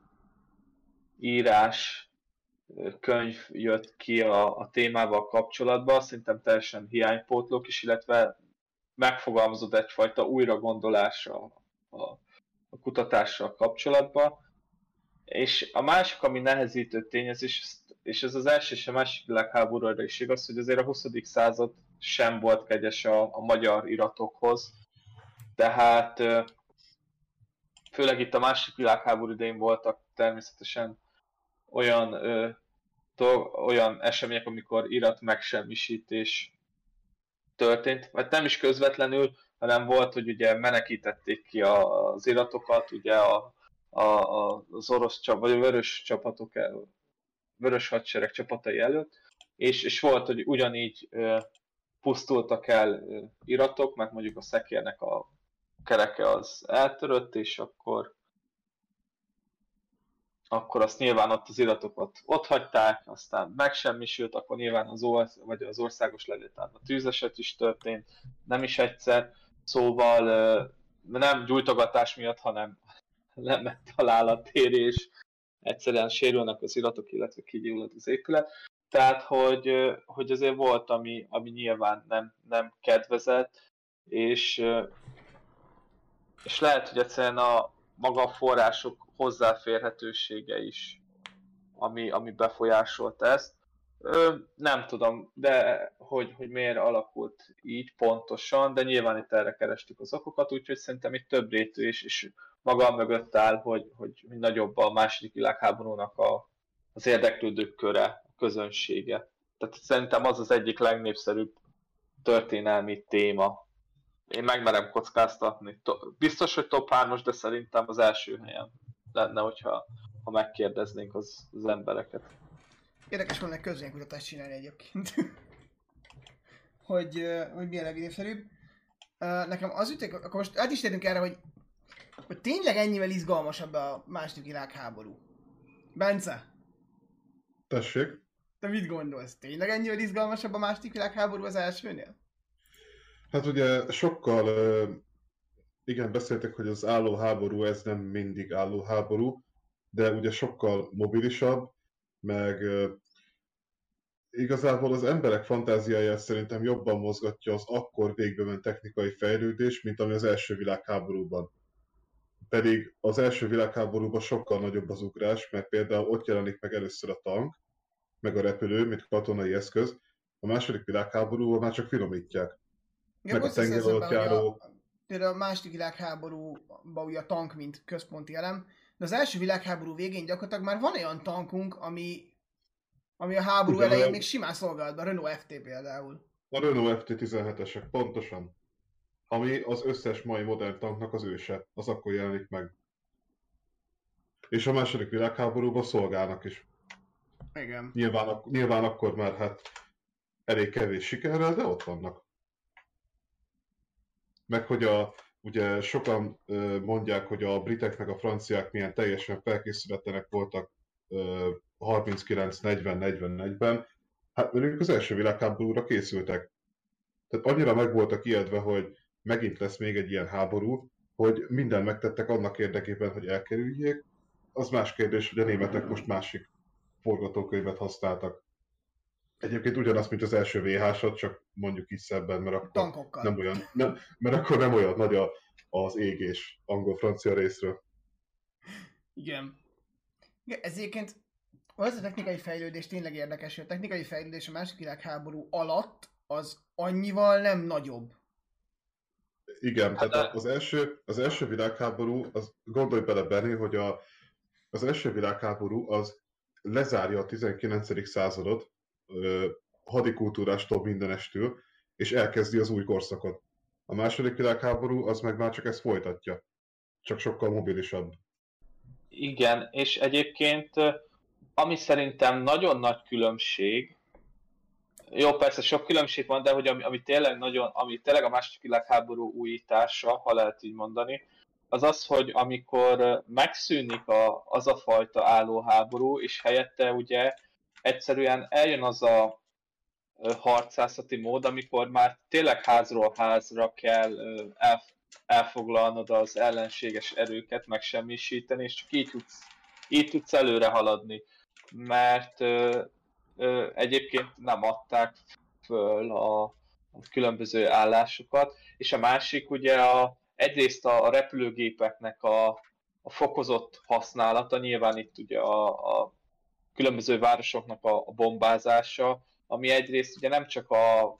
írás, könyv jött ki a, a témával kapcsolatban, szerintem teljesen hiánypótlók is, illetve megfogalmazott egyfajta újragondolása a, a, a kutatással kapcsolatban. És a másik, ami nehezítő tényezés, és ez az első és a másik világháborúra is igaz, hogy azért a huszadik század sem volt kegyes a, a magyar iratokhoz. Tehát főleg itt a másik világháború idején voltak természetesen olyan, ö, dolg, olyan események, amikor irat megsemmisítés történt, vagy nem is közvetlenül, hanem volt, hogy ugye menekítették ki az iratokat, ugye a, a, a, az orosz csapat, vagy a vörös csapatok, el, vörös hadsereg csapatai előtt, és, és volt, hogy ugyanígy ö, pusztultak el ö, iratok, mert mondjuk a szekérnek a kereke az eltörött, és akkor akkor azt nyilván ott az iratokat ott hagyták, aztán megsemmisült, akkor nyilván az, orsz- vagy az országos lelőtárban tűzeset is történt, nem is egyszer, szóval nem gyújtogatás miatt, hanem nem találattérés, egyszerűen sérülnek az iratok, illetve kigyullad az épület. Tehát, hogy, hogy azért volt, ami, ami nyilván nem, nem kedvezett, és, és lehet, hogy egyszerűen a maga a források hozzáférhetősége is, ami, ami befolyásolt ezt. Ö, nem tudom, de hogy, hogy miért alakult így pontosan, de nyilván itt erre kerestük az okokat, úgyhogy szerintem itt több rétű is, és maga mögött áll, hogy, hogy nagyobb a második világháborúnak a, az érdeklődők köre, a közönsége. Tehát szerintem az az egyik legnépszerűbb történelmi téma. Én megmerem kockáztatni. Biztos, hogy top hármas, de szerintem az első helyen lenne, hogyha ha megkérdeznénk az, az embereket. Érdekes volna egy közvéleménykutatást csinálni egyébként. hogy, hogy milyen legnépszerűbb. Nekem az üték, akkor most át is térünk erre, hogy, hogy tényleg ennyivel izgalmasabb a második világháború. Bence? Tessék? Te mit gondolsz? Tényleg ennyivel izgalmasabb a második világháború az elsőnél? Hát ugye sokkal, igen, beszéltek, hogy az álló háború ez nem mindig álló háború, de ugye sokkal mobilisabb, meg igazából az emberek fantáziáját szerintem jobban mozgatja az akkor végbe ment technikai fejlődés, mint ami az első világháborúban. Pedig az első világháborúban sokkal nagyobb az ugrás, mert például ott jelenik meg először a tank, meg a repülő, mint katonai eszköz. A második világháborúban már csak finomítják. Igen, meg a tenger alatt járó... Például a második világháborúban ugye a tank, mint központi elem, de az első világháború végén gyakorlatilag már van olyan tankunk, ami, ami a háború Ugyan, elején olyan... még simán szolgált be, a Renault ef té például. A Renault ef té tizenhetesek, pontosan. Ami az összes mai modern tanknak az őse, az akkor jelenik meg. És a második világháborúban szolgálnak is. Igen. Nyilván, nyilván akkor már hát elég kevés sikerrel, de ott vannak. Meg hogy a, ugye sokan ö, mondják, hogy a britek meg a franciák milyen teljesen felkészületlenek voltak ö, harminckilenc negyven negyvenegyben, hát velük az első világháborúra készültek. Tehát annyira meg voltak ijedve, hogy megint lesz még egy ilyen háború, hogy mindent megtettek annak érdekében, hogy elkerüljék. Az más kérdés, hogy a németek most másik forgatókönyvet használtak. Egyébként ugyanaz, mint az első vé há-sat, csak mondjuk is szebben, mert akkor Tankokkal. nem olyan, nem, mert akkor nem olyan nagy a, az égés angol-francia részről. Igen. Igen, ez egyébként az a technikai fejlődés tényleg érdekes, hogy a technikai fejlődés a második világháború alatt az annyival nem nagyobb. Igen, Hát tehát az első, az első világháború, az, gondolj bele, Benni, hogy a, az első világháború az lezárja a tizenkilencedik századot, ö, hadikultúrástól mindenestől, és elkezdi az új korszakot. A második világháború az meg már csak ezt folytatja, csak sokkal mobilisabb. Igen, és egyébként ami szerintem nagyon nagy különbség, jó, persze sok különbség van, de hogy ami, ami tényleg nagyon, ami tényleg a második világháború újítása, ha lehet így mondani, az az, hogy amikor megszűnik a, az a fajta állóháború, és helyette ugye egyszerűen eljön az a harcászati mód, amikor már tényleg házról házra kell el, elfoglalnod az ellenséges erőket, megsemmisíteni, és csak így tudsz, így tudsz előre haladni. Mert ö, ö, egyébként nem adták föl a, a különböző állásokat, és a másik ugye a, egyrészt a, a repülőgépeknek a, a fokozott használata, nyilván itt ugye a, a különböző városoknak a, a bombázása, ami egyrészt ugye nem csak a,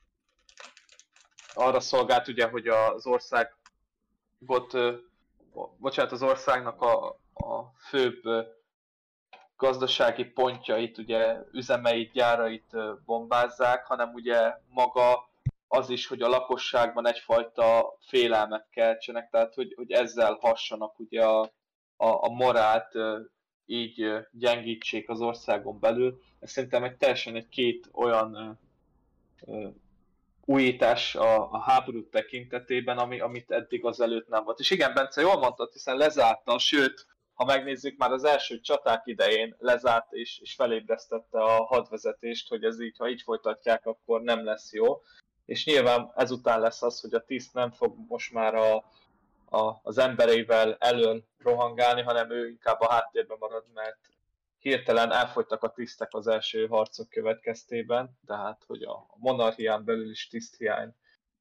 arra szolgált ugye, hogy az ország volt, bocsánat, az országnak a, a főbb gazdasági pontjait, ugye üzemeit, gyárait bombázzák, hanem ugye maga az is, hogy a lakosságban egyfajta félelmet keltsenek, tehát hogy, hogy ezzel hassanak ugye a, a, a morált, így gyengítsék az országon belül. Ez szerintem egy teljesen egy két olyan ö, újítás a, a háború tekintetében, ami, amit eddig azelőtt nem volt. És igen, Bence, jól mondtad, hiszen lezárta, sőt, ha ha megnézzük, már az első csaták idején lezárt és, és felébresztette a hadvezetést, hogy ez így, ha így folytatják, akkor nem lesz jó. És nyilván ezután lesz az, hogy a tiszt nem fog most már a, a, az embereivel elől rohangálni, hanem ő inkább a háttérben marad, mert hirtelen elfogytak a tisztek az első harcok következtében, tehát hogy a monarchián belül is tiszthiány.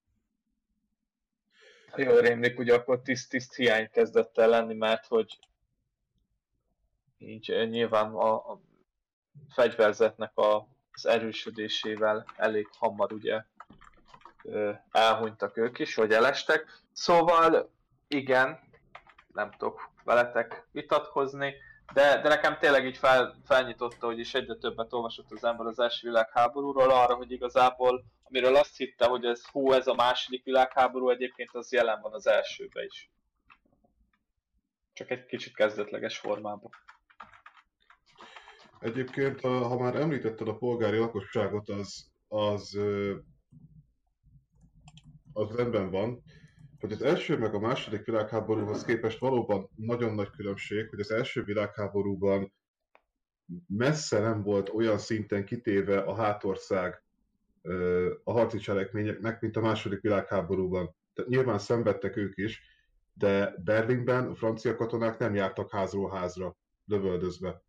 Ha jól rémlik, ugye akkor tiszt-tiszt hiány kezdett el lenni, mert hogy így nyilván a, a fegyverzetnek a, az erősödésével elég hamar ugye elhunytak ők is, hogy elestek. Szóval igen, nem tudok veletek vitatkozni, de, de nekem tényleg így fel, felnyitotta, hogy is egyre többet olvasott az ember az első világháborúról, arra, hogy igazából, amiről azt hitte, hogy ez hú, ez a második világháború, egyébként az jelen van az elsőben is. Csak egy kicsit kezdetleges formában. Egyébként, ha már említetted a polgári lakosságot, az, az, az rendben van, hogy az első meg a második világháborúhoz képest valóban nagyon nagy különbség, hogy az első világháborúban messze nem volt olyan szinten kitéve a hátország a harci cselekményeknek, mint a második világháborúban. Tehát nyilván szenvedtek ők is, de Berlinben a francia katonák nem jártak házról házra, lövöldözve.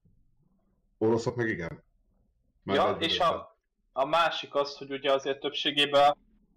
Oroszok meg igen. Már ja, és a, a másik az, hogy ugye azért többségében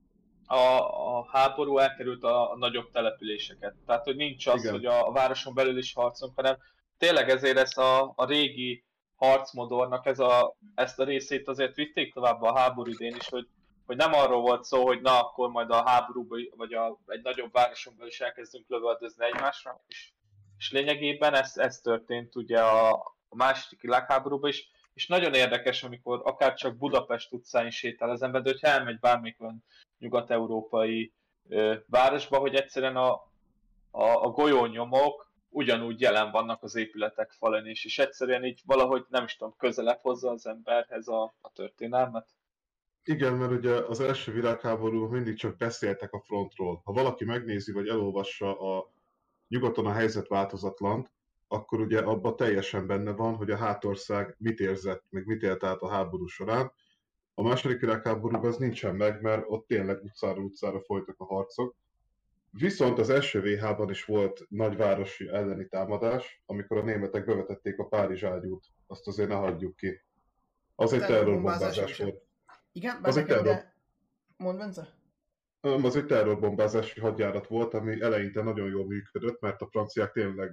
a, a háború elkerült a, a nagyobb településeket. Tehát, hogy nincs az, igen, hogy a, a városon belül is harcunk, hanem tényleg ezért ezt a, a régi harcmodornak ez a, ezt a részét azért vitték tovább a háború idén is, hogy, hogy nem arról volt szó, hogy na, akkor majd a háborúban, vagy a, egy nagyobb városon belül is elkezdünk lövöldözni egymásra, és, és lényegében ez, ez történt ugye a, a második világháborúban is, és nagyon érdekes, amikor akár csak Budapest utcáin sétál az ember, de hogyha elmegy bármelyik olyan nyugat-európai ö, városba, hogy egyszerűen a, a, a golyónyomok ugyanúgy jelen vannak az épületek falán is, és egyszerűen így valahogy, nem is tudom, közelebb hozza az emberhez a, a történelmet. Igen, mert ugye az első világháború mindig csak beszéltek a frontról. Ha valaki megnézi, vagy elolvassa a nyugaton a helyzet változatlant, akkor ugye abban teljesen benne van, hogy a hátország mit érzett, meg mit élt át a háború során. A második világháborúban az nincsen meg, mert ott tényleg utcára utcára folytak a harcok. Viszont az es vé há-ban is volt nagyvárosi elleni támadás, amikor a németek bevetették a Párizs ágyút. Azt azért ne hagyjuk ki. Az egy terrorbombázás volt. Igen, az egy terror... de... Mondd, Bence? Az egy terrorbombázási hadjárat volt, ami eleinte nagyon jól működött, mert a franciák tényleg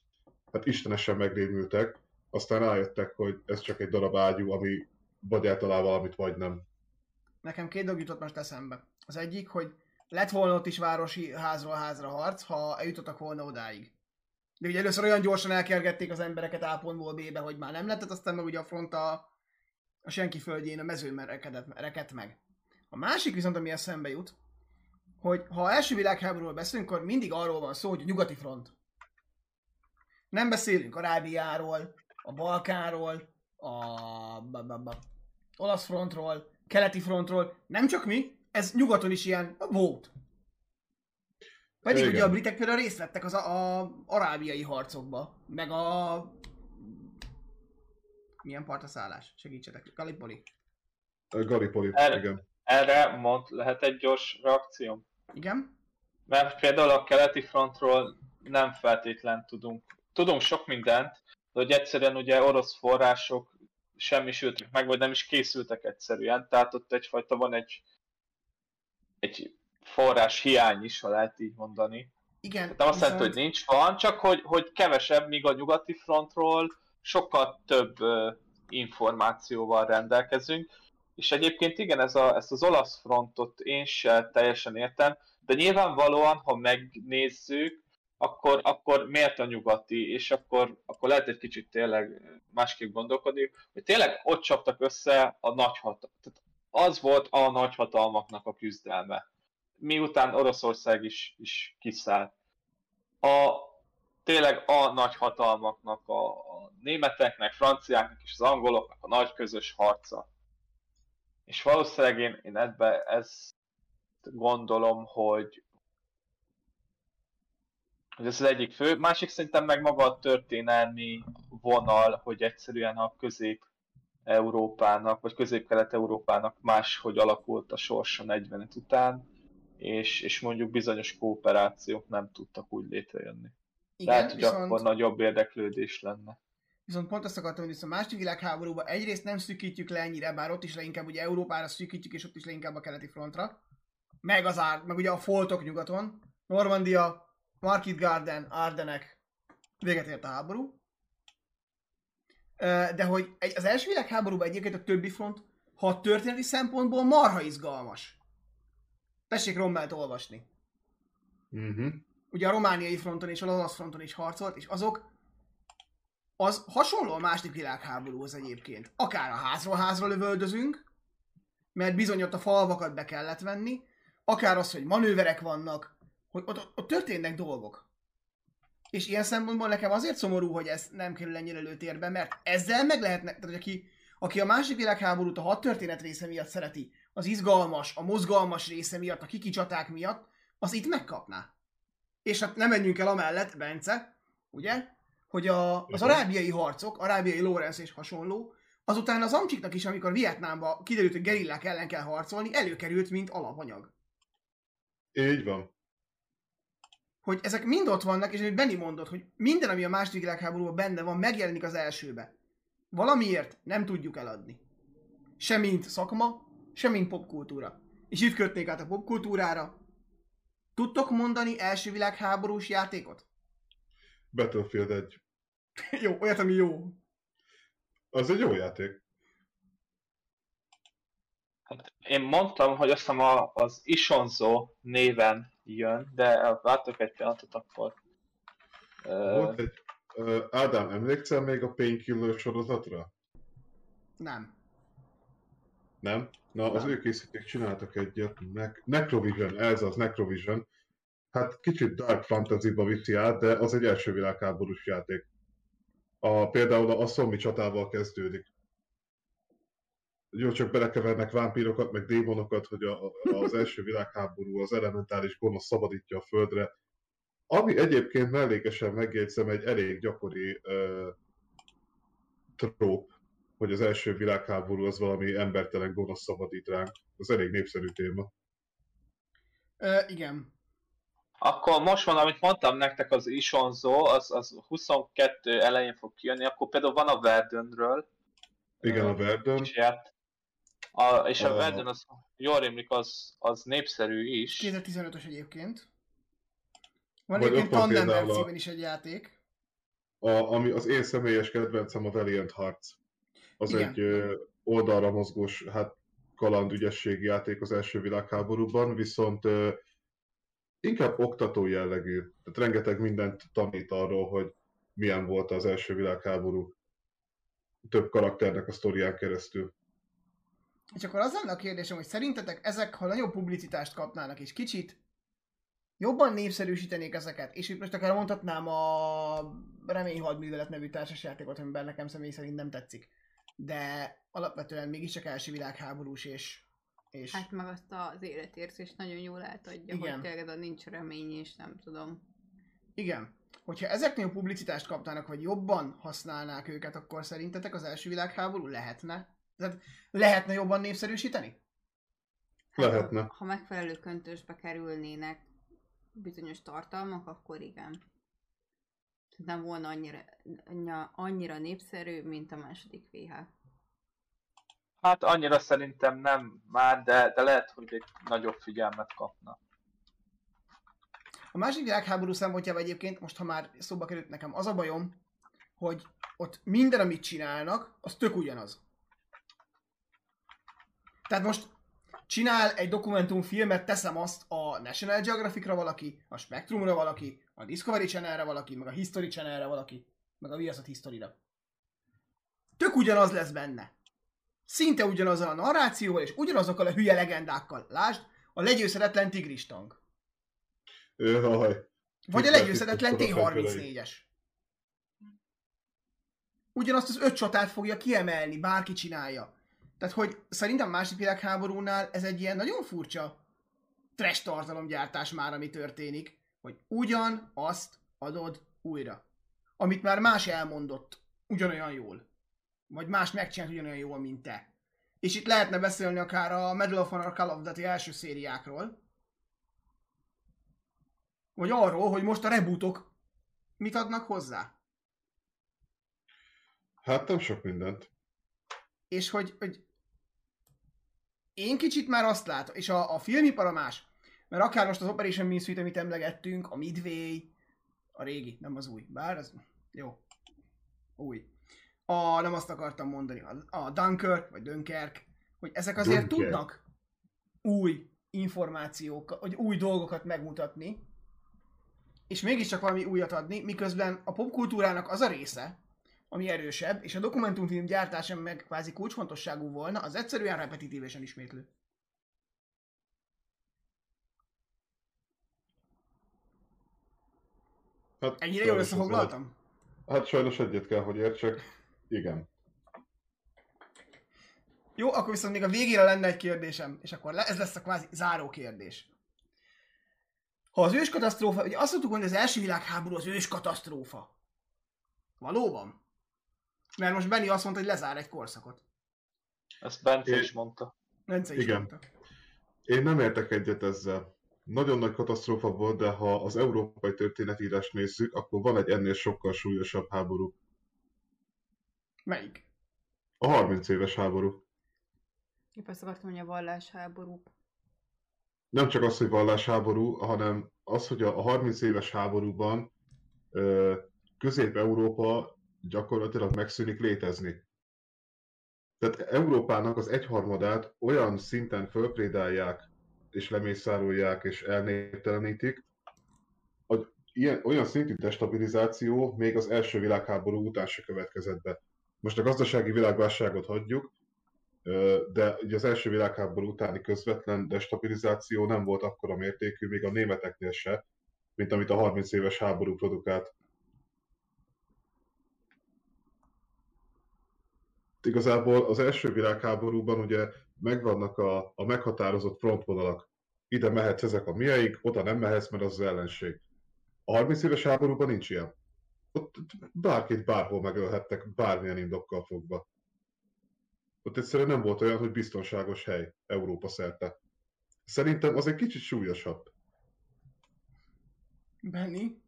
hát istenesen megrémültek. Aztán rájöttek, hogy ez csak egy darab ágyú, ami vagy eltalál valamit, vagy nem. Nekem két dolog jutott most eszembe. Az egyik, hogy lett volna ott is városi házról házra harc, ha eljutottak volna odáig. De ugye először olyan gyorsan elkergették az embereket A pontból B-be, hogy már nem lehetett, aztán meg ugye a front a, a senki földjén a mezőn rekedt meg. A másik viszont, ami eszembe jut, hogy ha első világháborúról beszélünk, akkor mindig arról van szó, hogy a nyugati front. Nem beszélünk Arábiáról, a Balkánról, a olasz frontról, keleti frontról, nem csak mi, ez nyugaton is ilyen volt. Pedig igen, ugye a britek például részt vettek az a, a arábiai harcokba, meg a... Milyen partaszállás? Segítsetek, Gallipoli? Gallipoli, erre, igen. Erre mond, lehet egy gyors reakcióm? Igen? Mert például a keleti frontról nem feltétlen tudunk. Tudunk sok mindent, de hogy egyszerűen ugye orosz források semmisültek meg, vagy nem is készültek egyszerűen. Tehát ott egyfajta van egy, egy forrás hiány is, ha lehet így mondani. Igen. Tehát nem azt jelenti, hogy nincs, van, csak hogy, hogy kevesebb, míg a nyugati frontról sokkal több uh, információval rendelkezünk. És egyébként igen, ez a, ezt az olasz frontot én sem teljesen értem, de nyilvánvalóan, ha megnézzük, akkor, akkor miért a nyugati, és akkor, akkor lehet egy kicsit tényleg másképp gondolkodni, hogy tényleg ott csaptak össze a nagyhatalmak. Tehát az volt a nagyhatalmaknak a küzdelme. Miután Oroszország is, is kiszállt. A, tényleg a nagyhatalmaknak, a, a németeknek, franciáknak és az angoloknak a nagy közös harca. És valószínűleg én, én ebbe ezt gondolom, hogy Ez az egyik fő. Másik szerintem meg maga a történelmi vonal, hogy egyszerűen a Közép-Európának, vagy Közép-Kelet-Európának máshogy alakult a sorsa negyvenöt után, és, és mondjuk bizonyos kooperációk nem tudtak úgy létrejönni. Igen, Lehet, hogy viszont, akkor nagyobb érdeklődés lenne. viszont pont azt akartam, hogy a második világháborúban egyrészt nem szűkítjük le ennyire, bár ott is leginkább ugye Európára szűkítjük, és ott is leginkább a keleti frontra. Meg az ár, meg ugye a foltok nyugaton. Normandia, Market Garden, Ardenek, véget ért a háború. De hogy egy, az első világháborúban egyébként a többi front, ha a történeti szempontból marha izgalmas. Tessék Rommelt olvasni. Uh-huh. Ugye a romániai fronton és a olasz fronton is harcolt, és azok az hasonló a második világháborúhoz egyébként. Akár a házról házra lövöldözünk, mert bizony ott a falvakat be kellett venni, akár az, hogy manőverek vannak, hogy ott, ott, ott történnek dolgok. És ilyen szempontból nekem azért szomorú, hogy ez nem kerül ennyire előtérbe, mert ezzel meg lehetne, tehát hogy aki, aki a második világháborút a hadtörténet része miatt szereti, az izgalmas, a mozgalmas része miatt, a kiki csaták miatt, az itt megkapná. És hát nem menjünk el amellett, Bence, ugye, hogy a, az arábiai harcok, arábiai Lawrence és hasonló, azután az amcsiknak is, amikor Vietnámba kiderült, hogy gerillák ellen kell harcolni, előkerült, mint alapanyag. Így van. Hogy ezek mind ott vannak, és amit Benni mondott, hogy minden, ami a második világháborúban benne van, megjelenik az elsőbe. Valamiért nem tudjuk eladni. Se mint szakma, se mint popkultúra. És itt kötnék át a popkultúrára. Tudtok mondani első világháborús játékot? Battlefield egy. Jó, olyat, ami jó. Az egy jó játék. Hát én mondtam, hogy azt hiszem a, az Isonzo néven jön, de vártok egy pillanatot akkor. Volt egy... Uh, Ádám, emlékszel még a Painkiller sorozatra? Nem. Nem? Na, az Nem. ő készítők csináltak egyet, ne- Necrovision, ez az Necrovision. Hát kicsit dark fantasy-ba viszi át, de az egy első világháborús játék. A, például a Szommi csatával kezdődik. Jó, csak belekevernek vámpírokat, meg démonokat, hogy a, az első világháború az elementáris gonosz szabadítja a földre. Ami egyébként mellékesen megjegyzem egy elég gyakori uh, tróp, hogy az első világháború az valami embertelen gonosz szabadít ránk. Az elég népszerű téma. Ö, igen. Akkor most van, amit mondtam nektek, az Isonzo, az, az huszonkettő elején fog kijönni, akkor például van a Verdunről. Igen, a Verdun. A, és a A- Verdun, az, jól rémlik, az, az népszerű is. kétezer-tizenötös egyébként. Van Vagy egyébként ott van Tandem például a- címen is egy játék. A, ami az én személyes kedvencem a Valiant Hearts. Az Igen. egy ö, oldalra mozgós, hát kalandügyességi játék az első világháborúban, viszont ö, inkább oktató jellegű. Tehát rengeteg mindent tanít arról, hogy milyen volt az első világháború több karakternek a sztorián keresztül. És akkor az lenne a kérdésem, hogy szerintetek ezek, ha nagyobb publicitást kapnának, és kicsit jobban népszerűsítenék ezeket, és itt most akár mondhatnám a Reményhadművelet nevű társasjátékot, amiben nekem személy szerint nem tetszik, de alapvetően mégiscsak első világháborús, és... és... Hát meg azt az életérzést nagyon jól átadja, Igen. hogy tényleg a nincs remény, és nem tudom. Igen. Hogyha ezeknél publicitást kapnának, vagy jobban használnák őket, akkor szerintetek az első világháború lehetne? Tehát lehetne jobban népszerűsíteni? Hát, Lehetne. Ha, ha megfelelő köntösbe kerülnének bizonyos tartalmak, akkor igen. Nem volna annyira, annyira, annyira népszerű, mint a második vé há. Hát annyira szerintem nem már, de, de lehet, hogy egy nagyobb figyelmet kapna. A második világháború szempontjában egyébként, most ha már szóba került nekem, az a bajom, hogy ott minden, amit csinálnak, az tök ugyanaz. Tehát most csinál egy dokumentumfilmet, teszem azt a National Geographicra valaki, a Spectrumra valaki, a Discovery Channelre valaki, meg a History Channelre valaki, meg a Viaszat Historyra. Tök ugyanaz lesz benne. Szinte ugyanazzal a narrációval és ugyanazokkal a hülye legendákkal. Lásd, a legyőzhetetlen tigristang. Jaj. Vagy a legyőzhetetlen té harmincnégyes. Ugyanazt az öt csatát fogja kiemelni, bárki csinálja. Tehát, hogy szerintem a második világháborúnál ez egy ilyen nagyon furcsa trash tartalomgyártás már, ami történik, hogy ugyanazt adod újra. Amit már más elmondott ugyanolyan jól. Vagy más megcsinált ugyanolyan jól, mint te. És itt lehetne beszélni akár a Medal of Honor Call of Duty első szériákról. Vagy arról, hogy most a rebootok mit adnak hozzá. Hát nem sok mindent. És hogy, hogy én kicsit már azt látom, és a, a filmipar a más. Mert akár most az Operation Mincemeat, amit emlegettünk, a Midway, a régi, nem az új, bár az jó, új. A, nem azt akartam mondani, a, a Dunkirk, vagy Dunkirk, hogy ezek azért Dunkirk. tudnak új információkat, vagy új dolgokat megmutatni, és mégiscsak valami újat adni, miközben a popkultúrának az a része, ami erősebb, és a dokumentumfilm gyártása meg kvázi kulcsfontosságú volna, az egyszerűen repetitívesen ismétlő. Hát, Ennyire jól sajnos összefoglaltam? ezzel- Hát sajnos egyet kell, hogy értsek. Igen. Jó, akkor viszont még a végére lenne egy kérdésem, és akkor le, ez lesz a kvázi záró kérdés. Ha az őskatasztrófa, ugye azt mondtuk, hogy az első világháború az őskatasztrófa. Valóban? Mert most Benni azt mondta, hogy lezár egy korszakot. Ezt Bence É- is mondta. Bence is Igen. mondta. Én nem értek egyet ezzel. Nagyon nagy katasztrófa volt, de ha az európai történetírást nézzük, akkor van egy ennél sokkal súlyosabb háború. Melyik? A harminc éves háború. Épp azt akartam, hogy a vallásháború. Nem csak az, hogy vallásháború, hanem az, hogy a a harminc éves háborúban ö, Közép-Európa gyakorlatilag megszűnik létezni. Tehát Európának az egyharmadát olyan szinten fölprédálják, és lemészárolják, és elnéptelenítik, hogy ilyen, olyan szintű destabilizáció még az első világháború után se következett be. Most a gazdasági világválságot hagyjuk, ö, de ugye az első világháború utáni közvetlen destabilizáció nem volt akkora mértékű, még a németeknél se, mint amit a harminc éves háború produkált. Igazából az első világháborúban ugye megvannak a, a meghatározott frontvonalak. Ide mehetsz, ezek a miénk, oda nem mehetsz, mert az az ellenség. A harminc éves háborúban nincs ilyen. Ott bárkit bárhol megölhettek, bármilyen indokkal fogva. Ott egyszerűen nem volt olyan, hogy biztonságos hely Európa szerte. Szerintem az egy kicsit súlyosabb. Benni?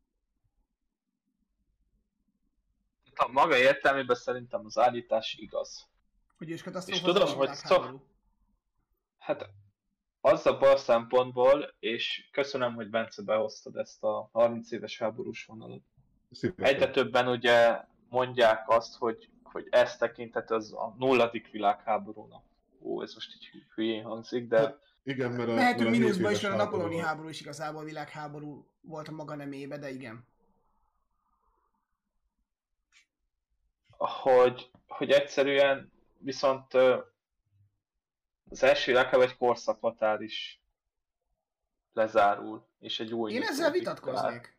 A maga értelmében szerintem az állítás igaz. Hogy őskatasztrófa És tudom, az első hogy világháború. Hát az a bal szempontból, és köszönöm, hogy Bence behoztad ezt a harminc éves háborús vonalat. Szívesen. Egyre többen ugye mondják azt, hogy, hogy ez tekinthető az a nulladik világháborúnak. Ó, ez most így hülyén hangzik, de Hát, igen, mert a, Mehetünk mert a mínuszba hét is, mert a éves napolóni háború- háború is igazából világháború volt a maga nemébe, de igen. hogy, hogy egyszerűen viszont ö, az első világháború egy korszakhatár is lezárul, és egy új Én ezzel nyitódik vitatkoznék.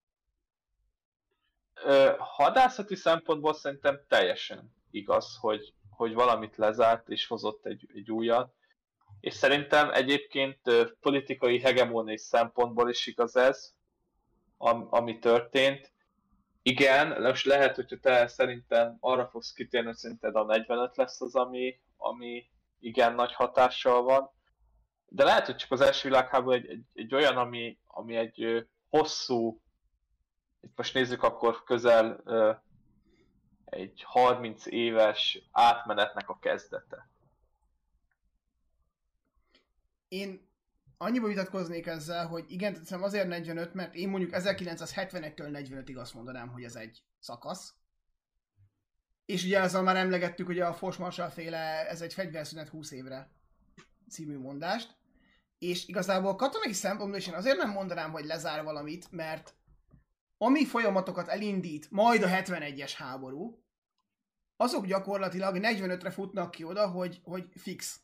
Ö, hadászati szempontból szerintem teljesen igaz, hogy, hogy valamit lezárt és hozott egy, egy újat. És szerintem egyébként ö, politikai hegemóniai szempontból is igaz ez, am, ami történt. Igen, most lehet, hogyha te szerintem arra fogsz kitérni, hogy szerinted a negyvenöt lesz az, ami, ami igen nagy hatással van. De lehet, hogy csak az első világháború egy, egy, egy olyan, ami, ami egy ö, hosszú, itt most nézzük akkor közel ö, egy harminc éves átmenetnek a kezdete. Én annyiba vitatkoznék ezzel, hogy igen, tetszem azért negyvenöt, mert én mondjuk ezerkilencszázhetvenegytől negyvenötig azt mondanám, hogy ez egy szakasz. És ugye ezzel már emlegettük ugye a Force Marshall féle, ez egy fegyverszünet húsz évre című mondást. És igazából katonai szempontból is én azért nem mondanám, hogy lezár valamit, mert ami folyamatokat elindít, majd a hetvenegyes háború, azok gyakorlatilag negyvenötre futnak ki oda, hogy, hogy fix.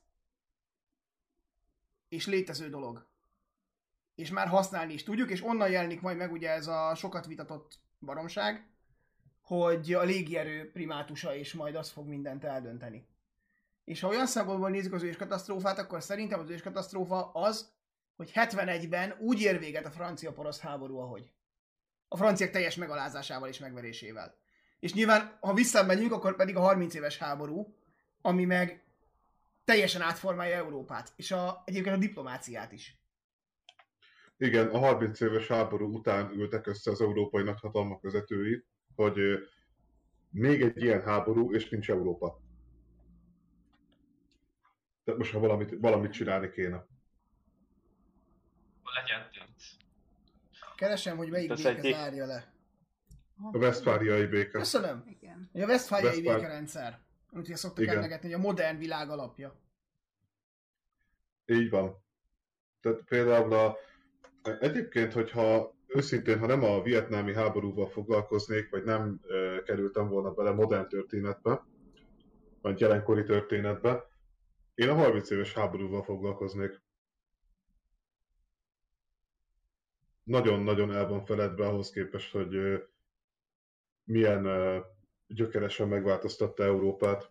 És létező dolog. És már használni is tudjuk, és onnan jelenik majd meg ugye ez a sokat vitatott baromság, hogy a légierő primátusa, és majd az fog mindent eldönteni. És ha olyan szempontból nézzük az őskatasztrófát, akkor szerintem az őskatasztrófa az, hogy hetvenegyben úgy ér véget a francia-porosz háború, ahogy. a franciák teljes megalázásával és megverésével. És nyilván, ha visszamegyünk, akkor pedig a harminc éves háború, ami meg teljesen átformálja Európát, és a, egyébként a diplomáciát is. Igen, a harminc éves háború után ültek össze az európai nagyhatalmak vezetői, hogy ö, még egy ilyen háború, és nincs Európa. Tehát most, ha valamit, valamit csinálni kéne. Legyen pénz. Keresem, hogy melyik Ez béke egyik- zárja le. A Westfáliai béke. Köszönöm! Igen. Hogy a Westfáliai Westfál- békerendszer, amit ugye szoktak Igen. emlegetni, hogy a modern világ alapja. Így van. Tehát például a, egyébként, hogyha őszintén, ha nem a vietnámi háborúval foglalkoznék, vagy nem e, kerültem volna bele modern történetbe, vagy jelenkori történetbe, én a harminc éves háborúval foglalkoznék. Nagyon-nagyon el van feledve ahhoz képest, hogy e, milyen e, gyökeresen megváltoztatta Európát.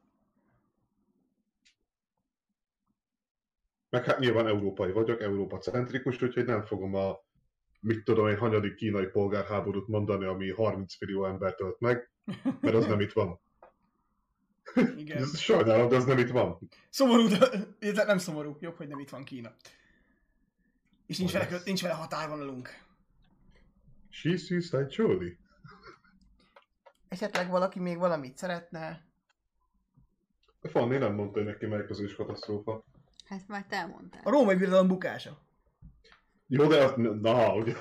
Meg hát nyilván európai vagyok, Európa-centrikus, úgyhogy nem fogom a, mit tudom én, hanyadik kínai polgárháborút mondani, ami harminc millió embert ölt meg, mert az nem itt van. Igen. Sajnálom, de az nem itt van. Szomorú, de illetve nem szomorú. Jobb, hogy nem itt van Kína. És nincs vele, Lesz. nincs vele határvonalunk. She suicide surely. Esetleg valaki még valamit szeretne? Fanni nem mondta, hogy neki melyik az őskatasztrófa. Hát már te elmondtál. A római birodalom bukása. Jó, de az, na, ugye.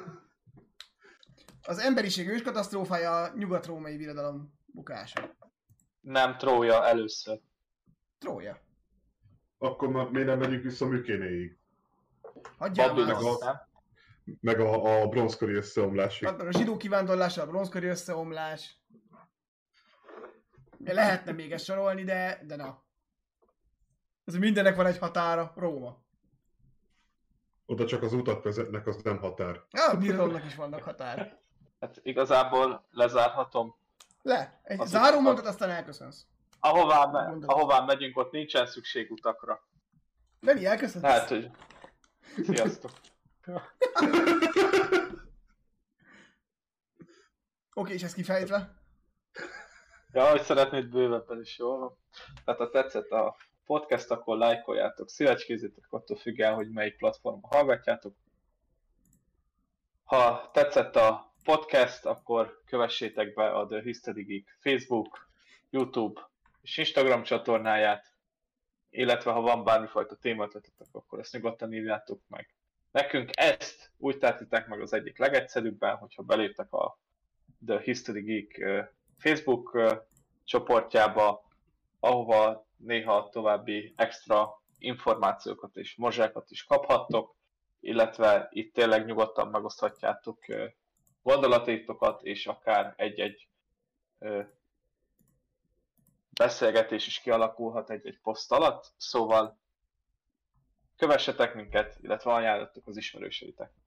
Az emberiség őskatasztrófája a nyugat-római birodalom bukása. Nem Trója először. Trója. Akkor már miért nem megyünk vissza Mükénéig? Hagyjál már Babilon, azt. nem? Meg a, a bronzkori összeomlásig. Hát meg a zsidó kivándorlása, a bronzkori összeomlás. Lehetne még ezt sorolni, de, de na. Ez mindennek van egy határa, Róma. Oda csak az utak vezetnek, az nem határ. Ja, a birodalomnak is vannak határ. Hát igazából lezárhatom. Le, egy Az záró utak- mondat, aztán elköszönsz. Ahová, me- Mondod. ahová megyünk, ott nincsen szükség utakra. Feri, elköszönsz? Lehet, hogy... Sziasztok. Oké, és ezt kifejtve? Ja, hogy szeretnéd bővebben is, jól van. Tehát ha tetszett a podcast, akkor lájkoljátok, szívecskézzétek, attól függ el, hogy melyik platformon hallgatjátok. Ha tetszett a podcast, akkor kövessétek be a The History Geek Facebook, YouTube és Instagram csatornáját, illetve ha van bármifajta tématötetek, akkor ezt nyugodtan írjátok meg. Nekünk ezt úgy tehetitek meg az egyik legegyszerűbben, hogyha beléptek a The History Geek uh, Facebook uh, csoportjába, ahova néha további extra információkat és morzsákat is kaphattok, illetve itt tényleg nyugodtan megoszthatjátok uh, gondolataitokat, és akár egy-egy uh, beszélgetés is kialakulhat egy-egy poszt alatt, szóval kövessetek minket, illetve ajánlottok az ismerőseitek.